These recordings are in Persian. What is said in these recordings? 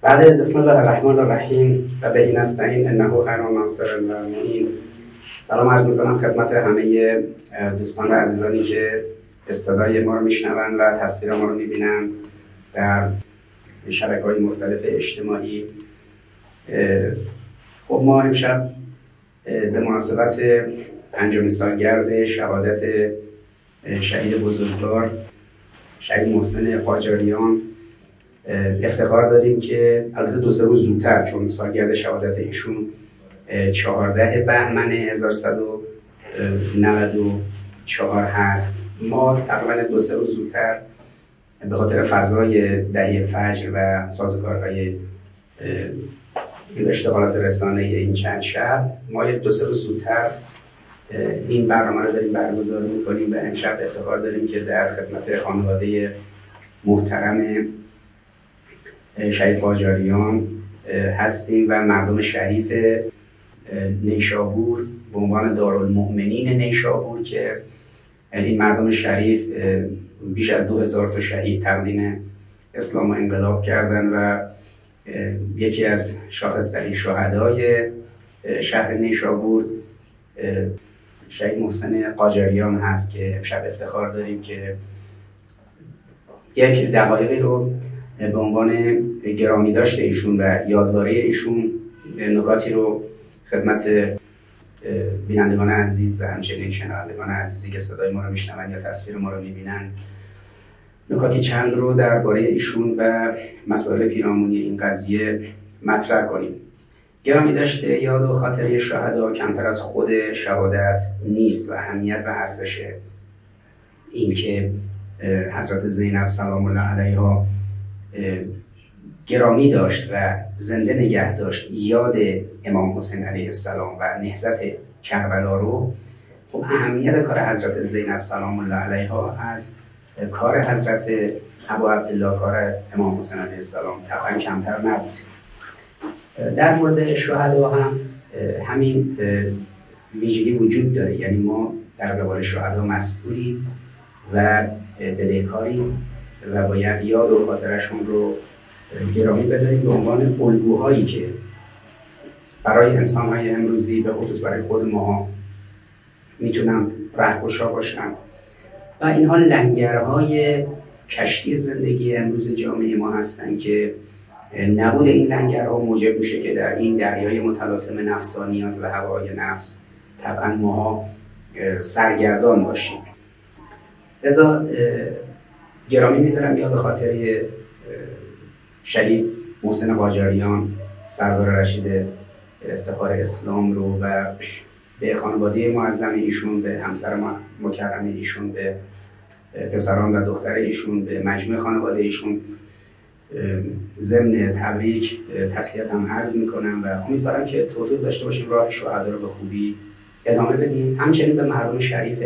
بله، بسم الله الرحمن الرحیم و به نستعین انه خیر ناصر و معین. سلام عرض میکنم خدمت همه دوستان و عزیزانی که صدای ما رو میشنون و تصویر ما رو میبینن در شبکه‌های مختلف اجتماعی. خب ما امشب به مناسبت 5مین سالگرد شهادت شهید بزرگوار شهید محسن قاجاریان افتخار داریم که البته 2-3 روز زودتر، چون سالگرد شهادت ایشون 14 بهمن 1194 هست. ما تقریبا 2-3 روز زودتر به خاطر فضای دهه فجر و سازوکارهای اشتغالات رسانه این چند شب، ما 2-3 روز زودتر این برنامه رو داریم برگزار می‌کنیم و امشب افتخار داریم که در خدمت خانواده محترم شهید قاجاریان هستیم و مردم شریف نیشابور به عنوان دارالمؤمنین نیشابور که این مردم شریف بیش از 2000 تا شهید تقدیم اسلام و انقلاب کردن و یکی از شاخص‌ترین شهدای شهر نیشابور شهید محسن قاجاریان هست که امشب افتخار داریم که یک دقایقی رو به عنوان گرامی داشته ایشون و یادواری ایشون نکاتی رو خدمت بینندگان عزیز و همچنین شنوندگان عزیزی که صدای ما رو میشنون یا تصویر ما رو میبینن، نکاتی چند رو درباره ایشون و مسائل پیرامونی این قضیه مطرح کنیم. گرامی داشته یاد و خاطره شهدا کمتر از خود شهادت نیست و اهمیت و ارزش این که حضرت زینب سلام الله علیها گرامی داشت و زنده نگه داشت یاد امام حسین علیه السلام و نهضت کربلا رو. خب اهمیت کار حضرت زینب سلام الله علیها از کار حضرت ابو عبدالله، کار امام حسین علیه السلام، طبعا کمتر نبود. در مورد شهدا هم همین ویژگی وجود داره، یعنی ما در قبال شهدا مسئولیم و بدهکاریم و باید یاد و خاطرشون رو گرامی بداریم به عنوان الگوهایی که برای انسان‌های امروزی به خصوص برای خود ما میتونن رهگشا باشن و اینها لنگرهای کشتی زندگی امروز جامعه ما هستن که نبود این لنگرها موجب میشه که در این دریای متلاطم نفسانیات و هوای نفس طبعا ما سرگردان باشیم. لذا گرامی می‌دارم یاد خاطره شهید محسن قاجاریان سردار رشید سپاه اسلام رو و به خانواده معظم ایشون، به همسر مکرم ایشون، به پسران و دختر ایشون، به مجموع خانواده ایشون ضمن تبریک تسلیت هم عرض میکنم و امیدوارم که توفیق داشته باشیم راه شهدا رو به خوبی ادامه بدیم. همچنین به مردم شریف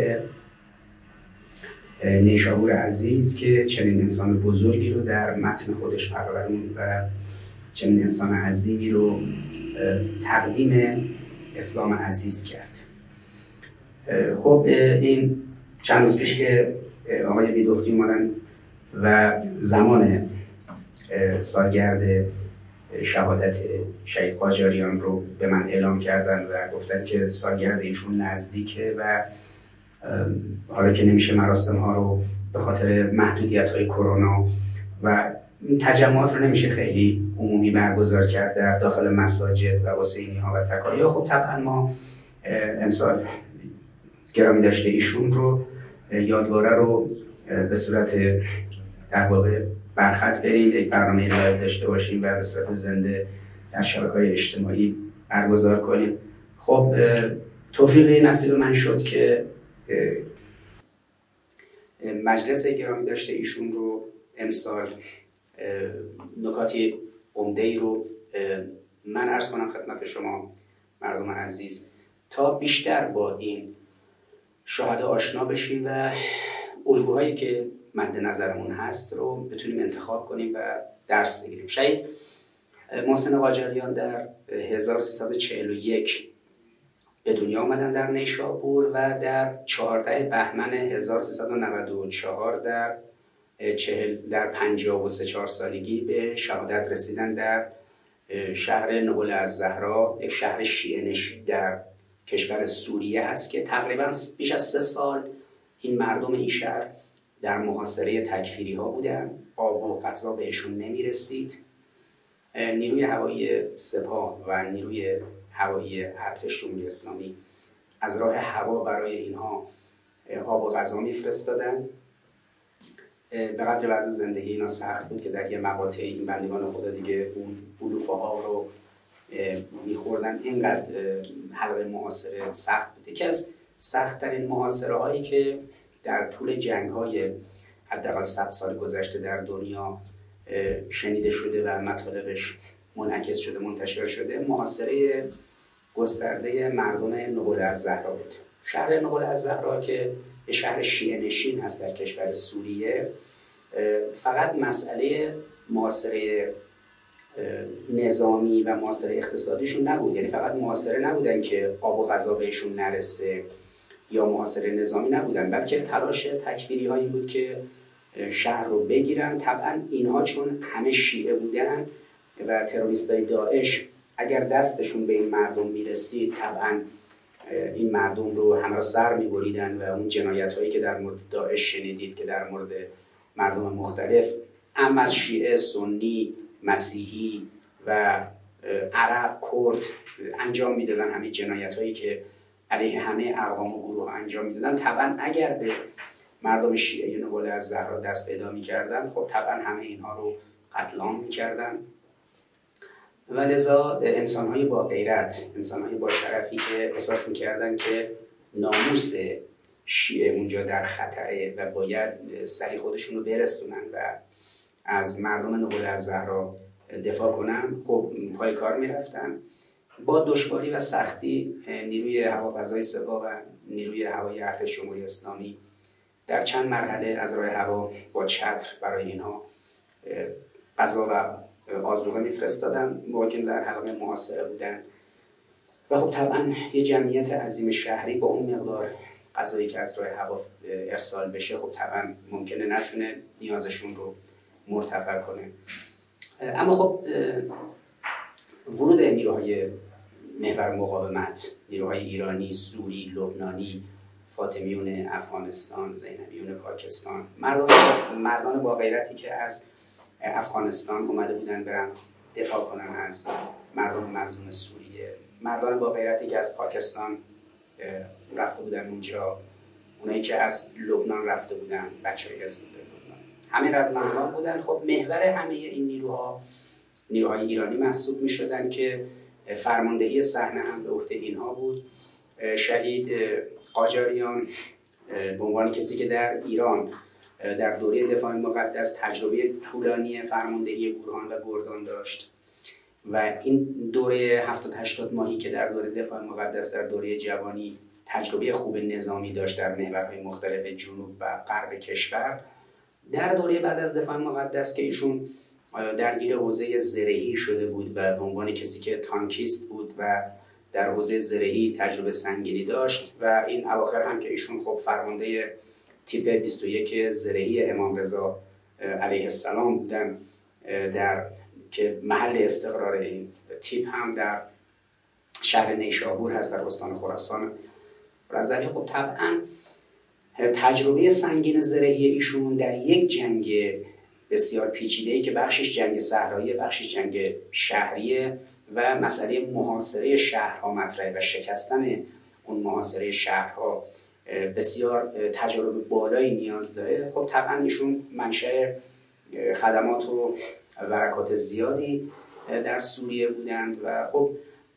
نیشابور عزیز که چنین انسان بزرگی رو در متن خودش پرورون و چنین انسان عظیمی رو تقدیم اسلام عزیز کرد. خب این چند روز پیش که آقای بیدختی اومدن و زمان سالگرد شهادت شهید قاجاریان رو به من اعلام کردن و گفتن که سالگرد ایشون نزدیکه و حالا که نمیشه مراسم ها رو به خاطر محدودیت های کرونا و تجمعات رو نمیشه خیلی عمومی برگزار کرد در داخل مساجد و حسینی ها و تکایا. خب طبعا ما امسال گرامی داشته ایشون رو یادواره رو به صورت در واقع برخط بریم، یک برنامه لایو داشته باشیم و به صورت زنده در شبکه‌های اجتماعی برگزار کنیم. خب توفیقی نصیب من شد که مجلس گرامی داشته ایشون رو امسال نکاتی عمده‌ای رو من عرض کنم خدمت شما مردم عزیز تا بیشتر با این شهدا آشنا بشیم و الگوهایی که مد نظرمون هست رو بتونیم انتخاب کنیم و درس بگیریم. شهید محسن قاجاریان در 1341 به دنیا آمدن در نیشابور و در 14 بهمن 1394 در در 53 سالگی به شهادت رسیدن در شهر نقل الزهرا، یک شهر شیعه نشین در کشور سوریه هست که تقریبا بیش از 3 سال این مردم این شهر در محاصره تکفیری ها بودن. آب و غذا بهشون نمی رسید. نیروی هوایی سپاه و نیروی هوایی ارتش جمهوری اسلامی از راه هوا برای اینها آب و غذا میفرستادن. به قدر وضع زندگی اینا سخت بود که در یه مقاطع این بندگان خدا دیگه اون علوفه ها رو میخوردن. اینقدر حلقه محاصره سخت بود. یکی از سخت‌ترین محاصره هایی که در طول جنگ های حداقل 100 سال گذشته در دنیا شنیده شده و مطالبش منعکس شده، منتشر شده، محاصره گسترده مردم نقل الزهرا بود. شهر نقل الزهرا که یه شهر شیعه نشین هست در کشور سوریه، فقط مسئله محاصره نظامی و محاصره اقتصادیشون نبود. یعنی فقط محاصره نبودن که آب و غذا بهشون نرسه یا محاصره نظامی نبودن، بلکه تلاش تکفیری هایی بود که شهر رو بگیرن. طبعا اینها چون همه شیعه بودن و تروریستای داعش اگر دستشون به این مردم میرسید، طبعا این مردم رو همه را سر میبریدن و اون جنایت هایی که در مورد داعش شنیدید که در مورد مردم مختلف، اما از شیعه، سنی، مسیحی و عرب، کرد انجام میدادن، همه جنایت هایی که علیه همه اقوام و گروه انجام میدادن. طبعا اگر به مردم شیعه نقل الزهرا دست پیدا میکردن، خب طبعا همه اینها رو قتل عام میکردن. و لذا انسان‌های با غیرت، انسان‌های با شرفی که احساس می‌کردن که ناموس شیعه اونجا در خطره و باید سری خودشون رو برسونن و از مردم نقل الزهرا دفاع کنن، خب پای کار می‌رفتن. با دشواری و سختی نیروی هوافضای سپاه و نیروی هوایی ارتش جمهوری اسلامی در چند مرحله از راه هوا با چتر برای اینها غذا و آذوقه میفرستادن. موقعی در حلقه محاصره بودن و خب طبعا یه جمعیت عظیم شهری با اون مقدار غذایی که از راه هوا ارسال بشه، خب طبعا ممکنه نتونه نیازشون رو مرتفع کنه. اما خب ورود نیروهای محور مقاومت، نیروهای ایرانی، سوری، لبنانی، فاطمیون افغانستان، زینبیون پاکستان، مردان با غیرتی که از افغانستان اومده بودن برن دفاع کنن از مردم مظلوم سوریه، مردان با غیرتی که از پاکستان رفته بودن اونجا، اونایی که از لبنان رفته بودن، بچه‌ای از لبنان، همه رزمندگان بودن. خب محور همه این نیروهای ایرانی محسوب می‌شدن که فرماندهی صحنه هم به عهده اینها بود. شهید قاجاریان به عنوان کسی که در ایران در دوره دفاع مقدس تجربه طولانی فرماندهی گروهان و گردان داشت و این دوره 70-80 ماهی که در دوره دفاع مقدس در دوره جوانی تجربه خوب نظامی داشت در محورهای مختلف جنوب و غرب کشور، در دوره بعد از دفاع مقدس که ایشون درگیر حوزه زرهی شده بود و به عنوان کسی که تانکیست بود و در حوزه زرهی تجربه سنگینی داشت و این اواخر هم که ایشون خب فرمانده تیپ 21 زرهی امام رضا علیه السلام بودن، در که محل استقرار این تیپ هم در شهر نیشابور هست در استان خراسان رضوی. خب طبعا تجربه سنگین زرهی ایشون در یک جنگ بسیار پیچیده‌ای که بخشش جنگ صحرایی، بخشش جنگ شهریه و مسئله محاصره شهرها مطرحه و شکستن اون محاصره شهرها بسیار تجربه بالایی نیاز داره. خب طبعا ایشون منشأ خدمات و برکات زیادی در سوریه بودند و خب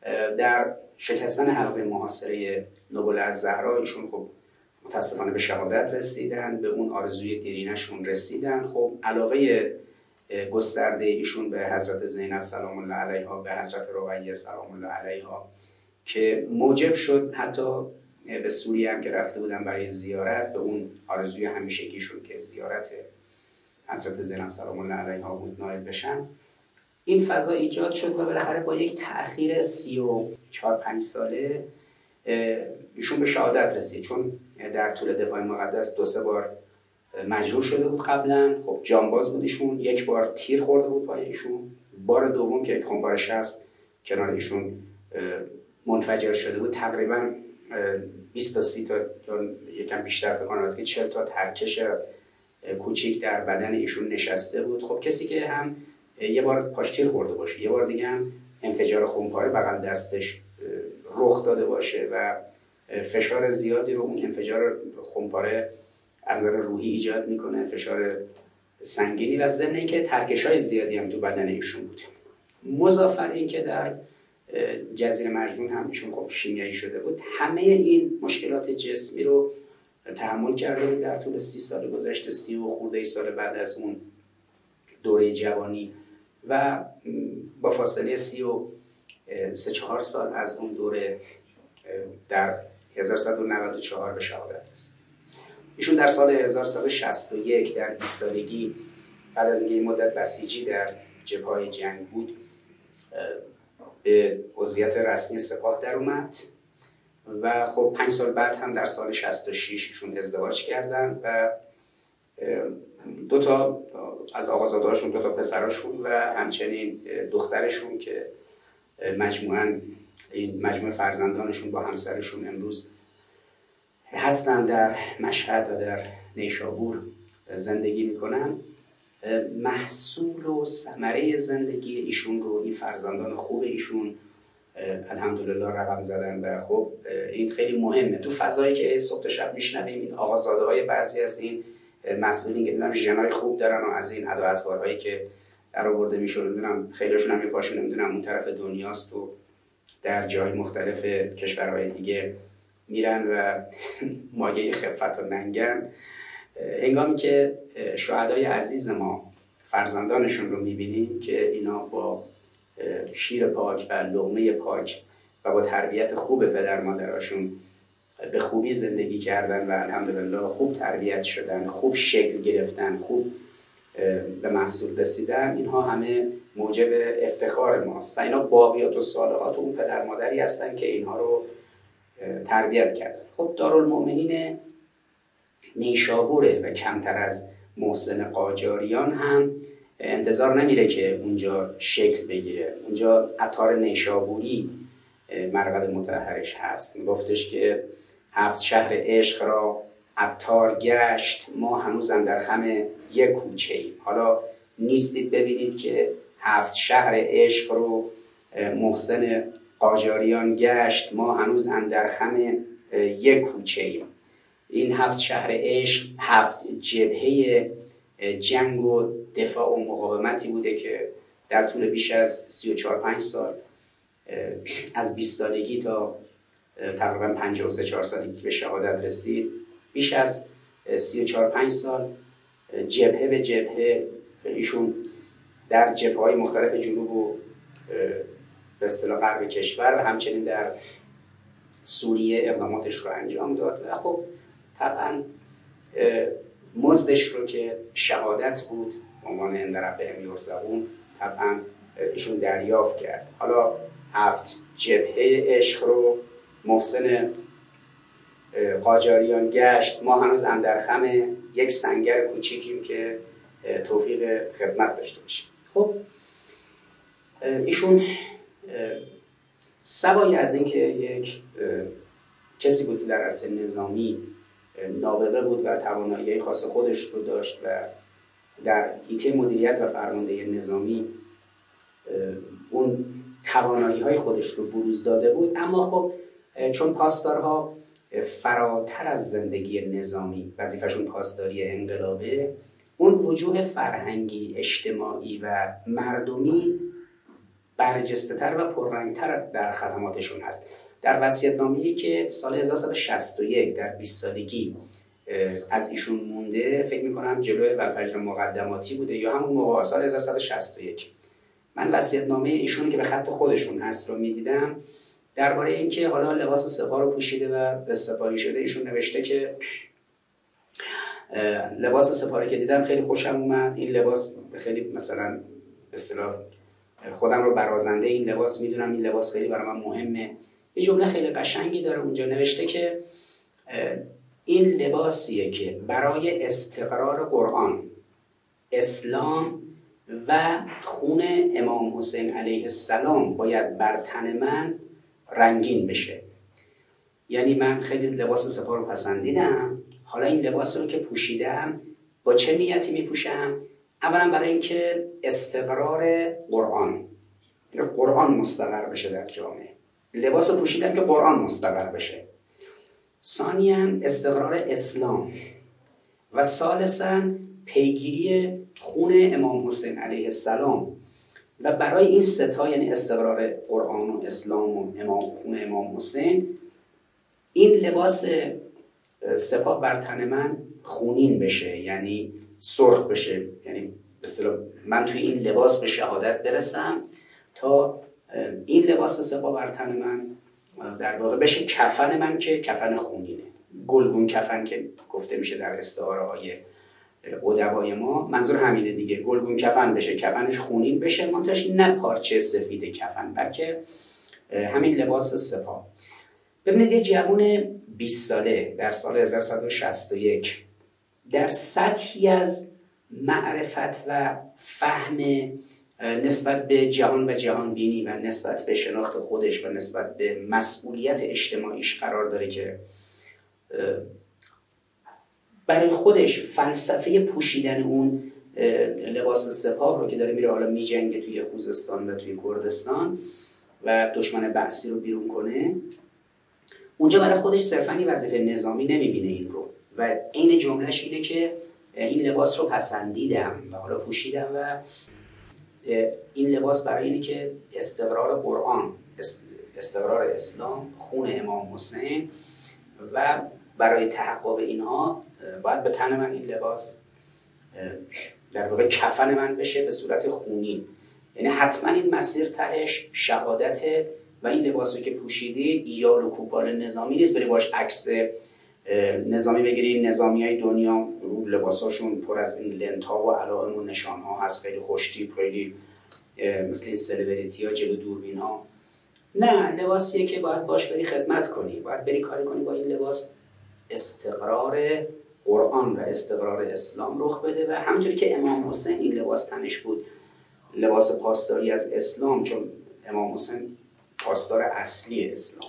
در شکستن حلقه محاصره نقل الزهرا ایشون خب متاسفانه به شهادت رسیدن، به اون آرزوی دیرینشون رسیدن. خب علاقه گسترده ایشون به حضرت زینب سلام الله علیها، به حضرت رقیه سلام الله علیها که موجب شد حتی به سوریه هم که رفته بودن برای زیارت، به اون آرزوی همیشگیشون که زیارت حضرت زینب سلام الله علیها بود نائل بشن، این فضا ایجاد شد و بالاخره با یک تأخیر 34-5 ساله ایشون به شهادت رسید. چون در طول دفاع مقدس 2-3 بار مجروح شده بود قبلا. خب جانباز بود ایشون، یک بار تیر خورده بود پای ایشون، بار دوم که یک خمپاره 60 کنار ایشون منفجر شده بود. تقریبا 20 تا 30 تا یا یکم بیشتر فکر کنم از که 40 تا ترکش کوچیک در بدن ایشون نشسته بود. خب کسی که هم یه بار پاش تیر خورده باشه، یه بار دیگه هم انفجار خمپاره بغل دستش رخ داده باشه و فشار زیادی رو اون انفجار خمپاره از نظر روحی ایجاد میکنه، فشار سنگینی، و ضمن اینکه ترکش‌های زیادی هم تو بدن ایشون بود. مضافاً اینکه در جزیره مجنون هم ایشون خب شیمیایی شده بود. همه این مشکلات جسمی رو تحمل کرده بود در طول 30 سال گذشته، 30 و خورده سال بعد از اون دوره جوانی و با فاصله 33-4 سال از اون دوره در 1194 به شهادت رسید. ایشون در سال 1161 در 20 سالگی بعد از اینکه این مدت بسیجی در جبهه‌های جنگ بود به عضویت رسمی سپاه در اومد و خب 5 سال بعد هم در سال 66 ایشون ازدواج کردن و 2 تا از آقازاده‌هاشون 2 تا پسراشون و همچنین دخترشون که مجموعاً این مجموعه فرزندانشون با همسرشون امروز هستن در مشهد و در نیشابور زندگی میکنن. محصول و ثمره زندگی ایشون رو این فرزندان خوب ایشون الحمدلله رقم زدن و خب این خیلی مهمه تو فضایی که صبح تا شب میشنویم این آقازاده‌های بعضی از این مسئولین که دیدم ژنای خوب دارن و از این ادا اطوارهایی که در آورده میشه، نمیدونم خیلیشون هم یه پاشون نمیدونم اون طرف دنیاست و در جای مختلف کشورهای دیگه میرن و مایه خفت و ننگن. هنگامی که شهدای عزیز ما فرزندانشون رو میبینیم که اینا با شیر پاک و لقمه پاک و با تربیت خوب پدر مادراشون به خوبی زندگی کردن و الحمدلله خوب تربیت شدن، خوب شکل گرفتن، خوب به محصول رسیدن، اینها همه موجب افتخار ماست و اینا باقیات و صالحات اون پدر مادری هستن که اینها رو تربیت کردن. خب دارالمؤمنین نیشابوره و کمتر از محسن قاجاریان هم انتظار نمیره که اونجا شکل بگیره. اونجا عطار نیشابوری مرقد مطهرش هست، میگفتش که 7 شهر عشق را عطار گشت، ما هنوز اندر خم یک کوچه ایم. حالا نیستید ببینید که 7 شهر عشق رو محسن قاجاریان گشت، ما هنوز اندر خم یک کوچه ایم. این 7 شهر عشق 7 جبهه جنگ و دفاع و مقاومتی بوده که در طول بیش از 34-5 سال از 20 سالگی تا تقریبا 53-4 سالگی به شهادت رسید، بیش از 34-5 سال جبهه به جبهه ایشون در جبهه‌های مختلف جنوب و به اصطلاح غرب کشور و همچنین در سوریه اقداماتش رو انجام داد و خب طبعا مزدش رو که شهادت بود به عنوان عند ربهم یرزقون طبعا ایشون دریافت کرد. حالا 7 جبهه عشق رو محسن قاجاریان گشت، ما هنوز اندر خم یک سنگر کوچیکیم که توفیق خدمت داشته باشیم. خب ایشون سوای از اینکه یک کسی بود در عرصه نظامی نابغه بود و توانایی خاص خودش رو داشت و در حیطه مدیریت و فرماندهی نظامی اون توانایی‌های خودش رو بروز داده بود، اما خب چون پاسدارها فراتر از زندگی نظامی وظیفه‌شون پاسداری انقلابه، اون وجوه فرهنگی، اجتماعی و مردمی برجسته‌تر و پررنگ‌تر در خدماتشون هست. در وصیت‌نامه‌ای که سال 1161 در 20 سالگی از ایشون مونده، فکر می‌کنم جلوی والفجر مقدماتی بوده یا همون موقع سال 1161، من وصیت‌نامه ایشون که به خط خودشون هست رو می‌دیدم، درباره اینکه حالا لباس سپاه رو پوشیده و به سپاهی شده، ایشون نوشته که لباس سپاه که دیدم خیلی خوشم اومد، این لباس خیلی مثلا به اصطلاح خودم رو برازنده این لباس میدونم، این لباس خیلی برای من مهمه. یه جمله خیلی قشنگی داره اونجا نوشته که این لباسیه که برای استقرار قرآن، اسلام و خون امام حسین علیه السلام باید بر تن من رنگین بشه. یعنی من خیلی لباس سپاه رو پسندیدم، حالا این لباس رو که پوشیدم با چه نیتی میپوشم؟ اولا برای اینکه استقرار قرآن، قرآن مستقر بشه در جامعه. لباس رو پوشیدم که قرآن مستقر بشه. ثانیاً استقرار اسلام و ثالثاً پیگیری خون امام حسین علیه السلام. و برای این ستا، یعنی استقرار قرآن و اسلام و خون امام حسین، این لباس سپاه بر تن من خونین بشه، یعنی سرخ بشه، یعنی به اصطلاح من توی این لباس به شهادت برسم تا این لباس سپاه بر تن من در واقع بشه کفن من که کفن خونینه، گلگون کفن که گفته میشه در استعاره های ادبای ما. منظور همینه دیگه، گلگون کفن بشه، کفنش خونین بشه، منتش نه پارچه سفید کفن، بلکه همین لباس سپاه. ببینید یه جوون 20 ساله در سال 1161 در سطحی از معرفت و فهم نسبت به جهان و جهان بینی و نسبت به شناخت خودش و نسبت به مسئولیت اجتماعیش قرار داره که برای خودش فلسفه پوشیدن اون لباس سپاه رو که داره میره حالا میجنگه توی خوزستان و توی کردستان و دشمن بعثی رو بیرون کنه، اونجا برای خودش صرفاً یه وظیفه نظامی نمیبینه این رو و عین جملهش اینه که این لباس رو پسندیدم و حالا پوشیدم و این لباس برای اینه که استقرار قرآن، استقرار اسلام، خون امام حسین و برای تحقق اینها باید به تن من این لباس در واقع کفن من بشه به صورت خونین. یعنی حتما این مسیر تهش شهادته و این لباسی که پوشیدی ایال و کوپال نظامی نیست بری باش عکس نظامی بگیری. نظامیای دنیا لباساشون پر از این لنت‌ها و علائم و نشان‌ها هست، خیلی خوش‌تیپ، خیلی مثل این سلبریتی‌ها جلو دوربین‌ها. نه، لباسیه که باید باش بری خدمت کنی، باید بری کاری کنی با این لباس استقرار قرآن و استقرار اسلام رخ بده. و همونطوری که امام حسین این لباس تنش بود، لباس پاسداری از اسلام، چون امام حسین پاسدار اصلی اسلام،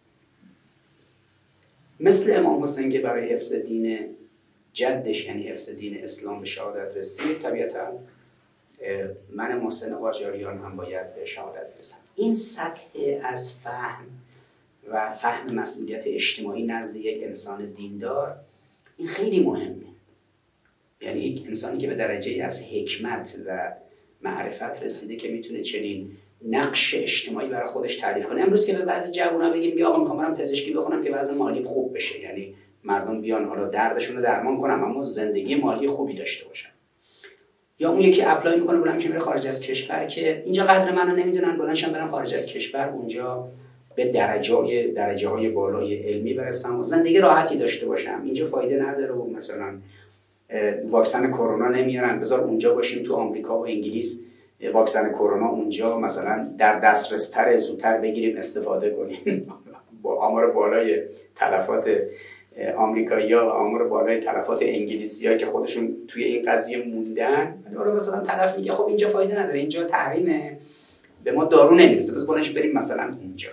مثل امام حسین که برای حفظ دین جدش یعنی حفظ دین اسلام به شهادت رسید، طبیعتا من محسن قاجاریان هم باید به شهادت برسم. این سطح از فهم و فهم مسئولیت اجتماعی نزد یک انسان دیندار این خیلی مهمه. یعنی یک انسانی که به درجه از حکمت و معرفت رسیده که میتونه چنین نقش اجتماعی برای خودش تعریف کنه. امروز که به بعضی جوونا بگیم آقا میخوام برم پزشکی بخونم که وضع مالی خوب بشه، یعنی مردم بیان حالا دردشون رو درمان کنم اما زندگی مالی خوبی داشته باشن، یا اون یکی اپلای میکنه بلند میشه میره خارج از کشور که اینجا قدر منو نمیدونن، بلندشم برم خارج از کشور اونجا به درجه های بالای علمی برسم و زندگی راحتی داشته باشم. اینجا فایده نداره و مثلا واکسن کرونا نمیارن، بذار اونجا باشیم تو آمریکا و انگلیس واکسن کرونا اونجا مثلا در دسترس تر، زودتر بگیریم استفاده کنیم. با آمار بالای تلفات آمریکایی‌ها و آمار بالای تلفات انگلیسی‌ها که خودشون توی این قضیه موندن، ولی مثلا طرف میگه خب اینجا فایده نداره، اینجا تحریمه، به ما دارو نمیرسه، بس بلنش بریم مثلا اونجا.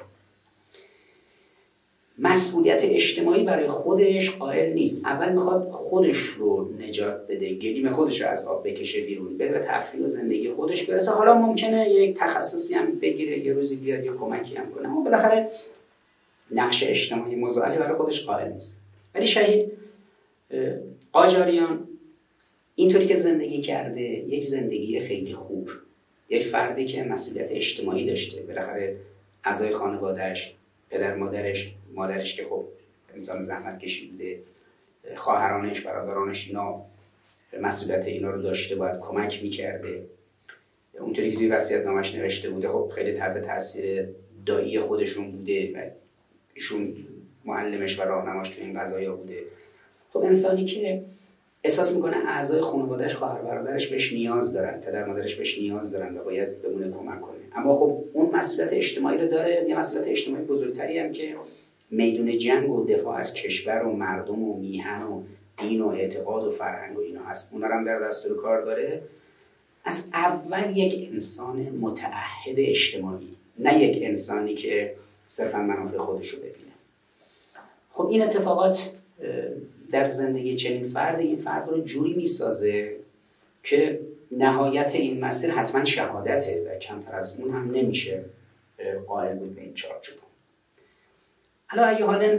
مسئولیت اجتماعی برای خودش قائل نیست، اول میخواد خودش رو نجات بده، گلیم خودش رو از آب بکشه بیرون، بره به تفریح و زندگی خودش برسه. حالا ممکنه یک تخصصی هم بگیره، یه روزی بیاد یا کمکی هم کنه، اما بالاخره نقش اجتماعی مضاعفی برای خودش قائل نیست. ولی شهید قاجاریان اینطوری که زندگی کرده، یک زندگی خیلی خوب، یک فردی که مسئولیت اجتماعی داشته، بالاخره اعضای خانواده‌اش، پدر مادرش که خب انسان زحمت کشیده، خواهرانش، برادرانش، اینا مسئولیت اینا رو داشته، باید کمک میکرده. اونطوری که توی وصیت‌نامه‌اش نوشته بوده خب خیلی تحت تاثیر دایی خودشون بوده و ایشون معلمش و راهنماش تو این قضایا بوده. خب انسانی که احساس میکنه اعضای خانواده‌اش، خواهر برادرش بهش نیاز دارن، پدر مادرش بهش نیاز دارن و باید بمونه کمک کنه، اما خب اون مسئولیت اجتماعی رو داره. یه مسئولیت اجتماعی بزرگتری هم که میدون جنگ و دفاع از کشور و مردم و میهن و دین و اعتقاد و فرهنگ و اینا هست، اونا رو هم در دستور کار داره. از اول یک انسان متعهد اجتماعی، نه یک انسانی که صرفا منافع خودش رو ببینه. خب این اتفاقات در زندگی چنین فردی این فرد رو جوری میسازه که نهایت این مسیر حتما شهادته و کمتر از اون هم نمیشه قائل بود به این چارچوب. حالا اگه حالا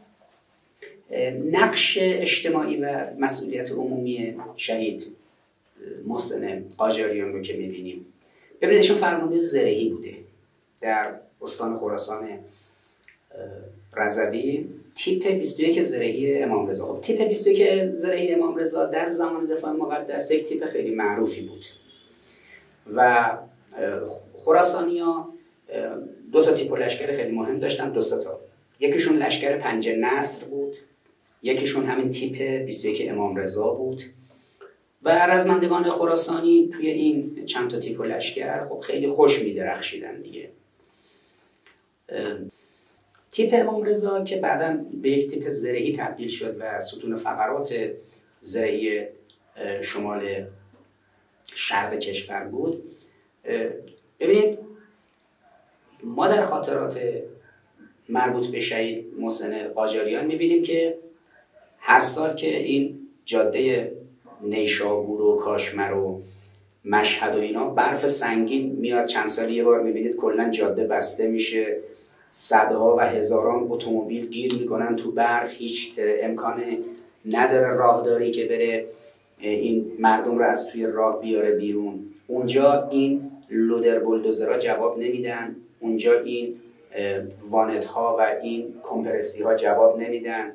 نقش اجتماعی و مسئولیت عمومی شهید محسن قاجاریان رو که میبینیم، ببینید ایشون فرمانده زرهی بوده در استان خراسان رضوی، تیپ 21 زرهی امام رضا. خب تیپ 21 زرهی امام رضا در زمان دفاع مقدس یک تیپ خیلی معروفی بود و خراسانی‌ها دو تا تیپ لشکر خیلی مهم داشتن، دو سه تا. یکیشون لشکر پنج نصر بود، یکیشون همین تیپ 21 امام رضا بود و رزمندگان خراسانی توی این چند تا تیپ لشکر خب خیلی خوش می‌درخشیدن دیگه. تیپ امام رضا که بعداً به یک تیپ زرهی تبدیل شد و ستون فقرات زرهی شمال شرق کشور بود. ببینید ما در خاطرات مربوط به شهید محسن قاجاریان میبینیم که هر سال که این جاده نیشابور و کاشمر و مشهد و اینا برف سنگین میاد، چند سال یه بار میبینید کلا جاده بسته میشه، صدها و هزاران اتومبیل گیر میکنن تو برف، هیچ امکان نداره راهداری که بره این مردم رو از توی راه بیاره بیرون. اونجا این لودر بولدوزرها جواب نمیدن، اونجا این وانت ها و این کمپرسی ها جواب نمیدن.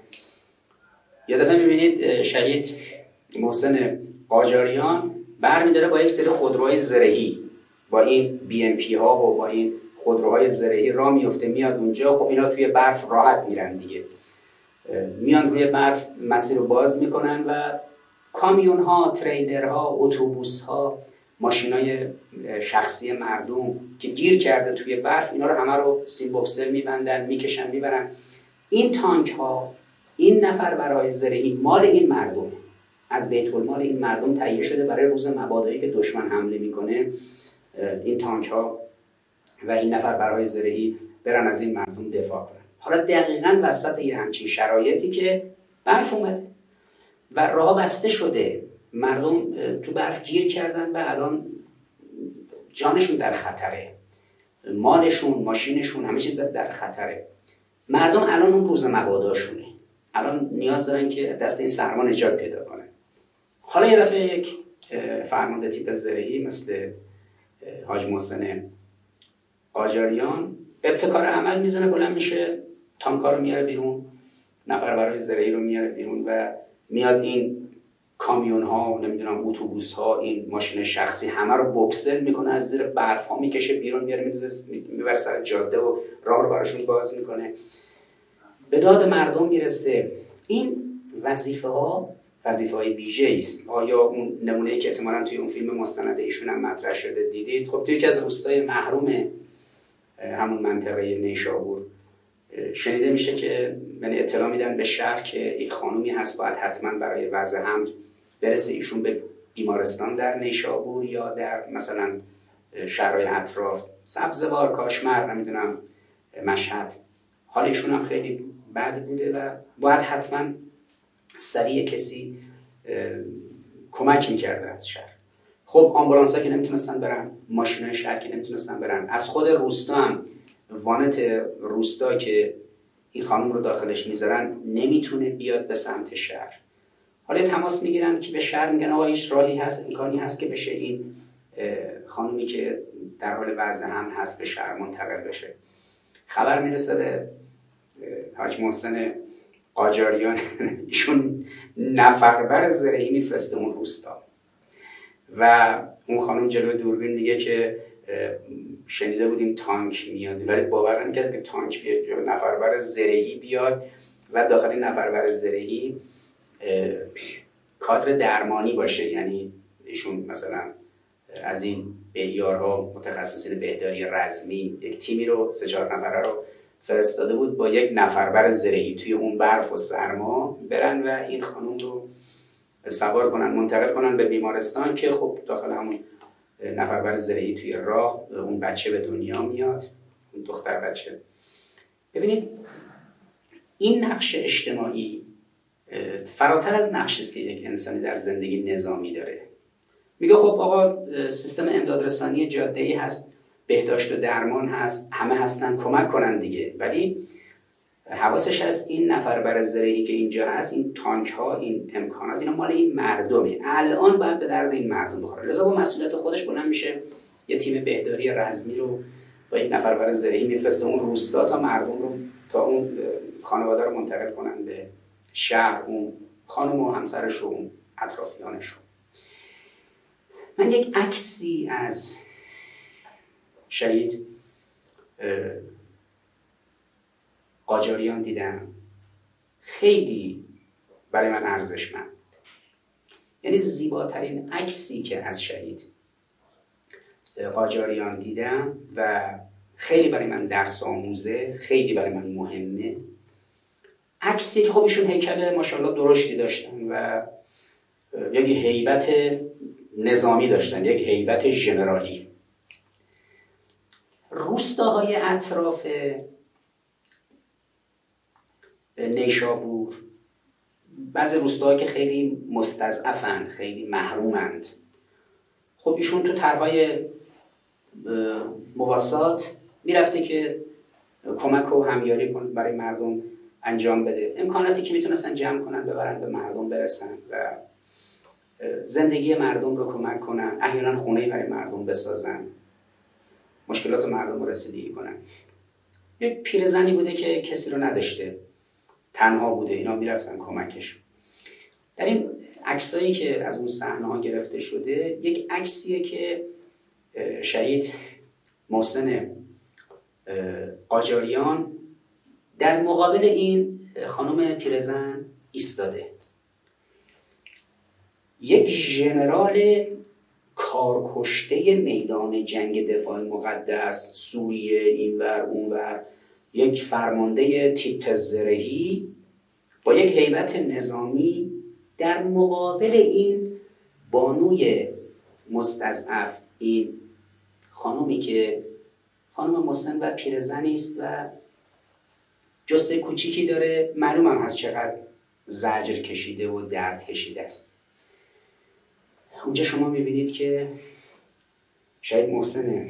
یه دفعه میبینید شهید محسن قاجاریان برمیداره با یک سری خودروهای زرهی، با این بی ام پی ها و با این خودروهای زرهی راه میفته میاد اونجا. خب اینا توی برف راحت میرن دیگه، میان روی برف مسیر رو باز میکنن و کامیون ها، تریلر ها، اتوبوس ها، ماشینای شخصی مردم که گیر کرده توی برف، اینا رو همه رو سیم بوکسر میبندن، میکشن میبرن. این تانک ها، این نفر برای زرهی مال این مردمه، از بیت المال این مردم تهیه شده برای روز مبادایی که دشمن حمله میکنه این تانک ها و این نفر برای زرهی برن از این مردم دفاع کنن. حالا دقیقاً وسط یه همچین شرایطی که برف اومده و راه بسته شده، مردم تو برف گیر کردن و الان جانشون در خطره، مالشون، ماشینشون، همه چیز در خطره. مردم الان اون روز مباداشونه، الان نیاز دارن که دست این سرما نجات پیدا کنه. حالا یه دفعه یک فرمانده تیپ زرهی مثل حاج محسن قاجاریان ابتکار عمل میزنه، بلند میشه، تانکا رو میاره بیرون، نفر برای زرهی رو میاره بیرون و میاد این کامیون ها، نمیدونم اتوبوس ها، این ماشین شخصی همه رو بوکسل میکنه، از زیر برف ها میکشه بیرون، میاره میبره سر جاده و راه رو براشون باز میکنه، به داد مردم میرسه. این وظیفه های ویژه‌ای است. آیا اون نمونه‌ای که احتمالاً توی اون فیلم مستند ایشون هم مطرح شده دیدید؟ خب توی یکی از روستای محروم همون منطقه نیشابور شنیده میشه که من اطلاع میدن به شهر که این خانومی هست باید حتما برای وضع حمل برسه ایشون به بیمارستان در نیشابور یا در مثلا شهرهای اطراف، سبزوار، کاشمر، نمیدونم مشهد. حال ایشون هم خیلی بد بوده و باید حتما سریع کسی کمک میکرده از شهر. خب آمبولانس ها که نمیتونستن برن، ماشینای شهر که نمیتونستن برن، از خود روستا هم وانت روستا که این خانم رو داخلش میذارن نمیتونه بیاد به سمت شهر. حالا تماس میگیرن که به شهر، میگن آقا هیچ راهی هست، امکانی هست که بشه این خانومی که در حال وضع حمل هست به شهر منتقل بشه. خبر میرسه به حاج محسن قاجاریان، ایشون نفربر زرهی میفرسته اون روستا و اون خانم جلوی دوربین دیگه که شنیده بودیم تانک میاد، ولی باور نمی‌کرد که تانک بیاد، نفربر زرهی بیاد و داخل نفربر زرهی کادر درمانی باشه. یعنی ایشون مثلا از این بهیارها، متخصصین بهداری رزمی، یک تیمی رو 3-4 نفره رو فرستاده بود با یک نفربر زرهی توی اون برف و سرما برن و این خانم رو سوار کنن، منتقل کنن به بیمارستان که خب داخل همون نفربر زرهی توی راه اون بچه به دنیا میاد، اون دختر بچه. ببینید این نقش اجتماعی فراتر از نقشی است که یک انسانی در زندگی نظامی داره. میگه خب آقا سیستم امدادرسانی جاده‌ای هست، بهداشت و درمان هست، همه هستن کمک کنن دیگه، ولی حواسش هست این نفربر زرهی که اینجا هست، این تانک ها، این امکانات، اینا مال این مردمه، الان باید به درد این مردم بخوره. لذا با مسئولیت خودش بلند میشه یه تیم بهداری رزمی رو با یک نفربر زرهی میفرسته اون روستا تا مردم رو، تا اون خانواده رو منتقل کنن به شهر، اون خانم و همسرش و اون اطرافیانش رو. من یک عکسی از شهید قاجاریان دیدم، خیلی برای من ارزشمند، یعنی زیباترین عکسی که از شهید قاجاریان دیدم و خیلی برای من درس آموزه، خیلی برای من مهمه. عکسی که خب ایشون هیکل ماشاءالله درشتی داشتن و یک هیبت نظامی داشتن، یک هیبت ژنرالی. روستاهای اطراف نیشابور، بعضی روستاها که خیلی مستضعفند، خیلی محرومند، خب ایشون تو طرحهای مواسات میرفته که کمک و همیاری برای مردم انجام بده، امکاناتی که میتونستن جمع کنن ببرن به مردم برسن و زندگی مردم رو کمک کنن، احیانا خونه‌ای برای مردم بسازن، مشکلات مردم رو رسیدگی کنن. یک پیرزنی بوده که کسی رو نداشته، تنها بوده، اینا میرفتن کمکش. در این عکسایی که از اون صحنه‌ها گرفته شده، یک عکسیه که شهید محسن قاجاریان در مقابل این خانم پیرزن ایستاده. یک ژنرال کارکشته میدان جنگ دفاع مقدس، سوریه، اینور اونور، یک فرمانده تیپ زرهی با یک هیبت نظامی در مقابل این بانوی مستضعف، این خانومی که خانم مسن و پیرزنی است و جسه کوچیکی داره، معلوم هم هست چقدر زجر کشیده و درد کشیده است. اونجا شما میبینید که شهید محسن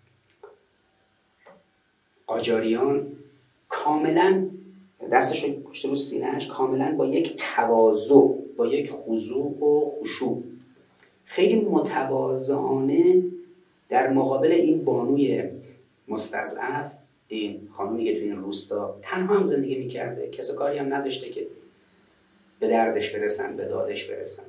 قاجاریان کاملا دستش رو کشته رو سینه‌اش، کاملا با یک تواضع، با یک خضوع و خشوع، خیلی متواضعانه در مقابل این بانوی مستضعف، این خانومی که تو این روستا تنها هم زندگی میکرده، کس کاری هم نداشته که به دردش برسن، به دادش برسن،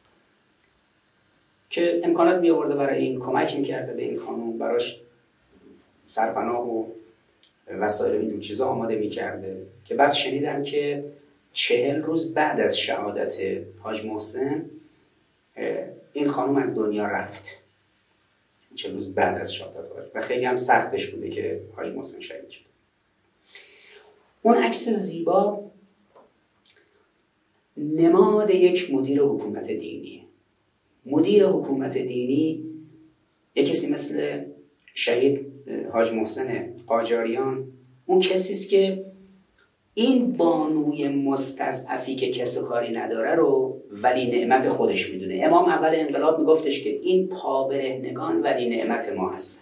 که امکانات می آورده برای این، کمک میکرده به این خانم، براش سرپناه و وسایل و اینجور چیزا آماده میکرده. که بعد شنیدم که 40 روز بعد از شهادت حاج محسن این خانم از دنیا رفت، 40 روز بعد از شهادت حاج، و خیلی هم سختش بوده که حاج محسن شهید شد. اون عکس زیبا نماد یک مدیر حکومت دینی. مدیر حکومت دینی یک کسی مثل شهید حاج محسن قاجاریان، اون کسی است که این بانوی مستضعفی که کس کاری نداره رو ولی نعمت خودش میدونه. امام اول انقلاب میگفتش که این پابرهنگان ولی نعمت ما هستن.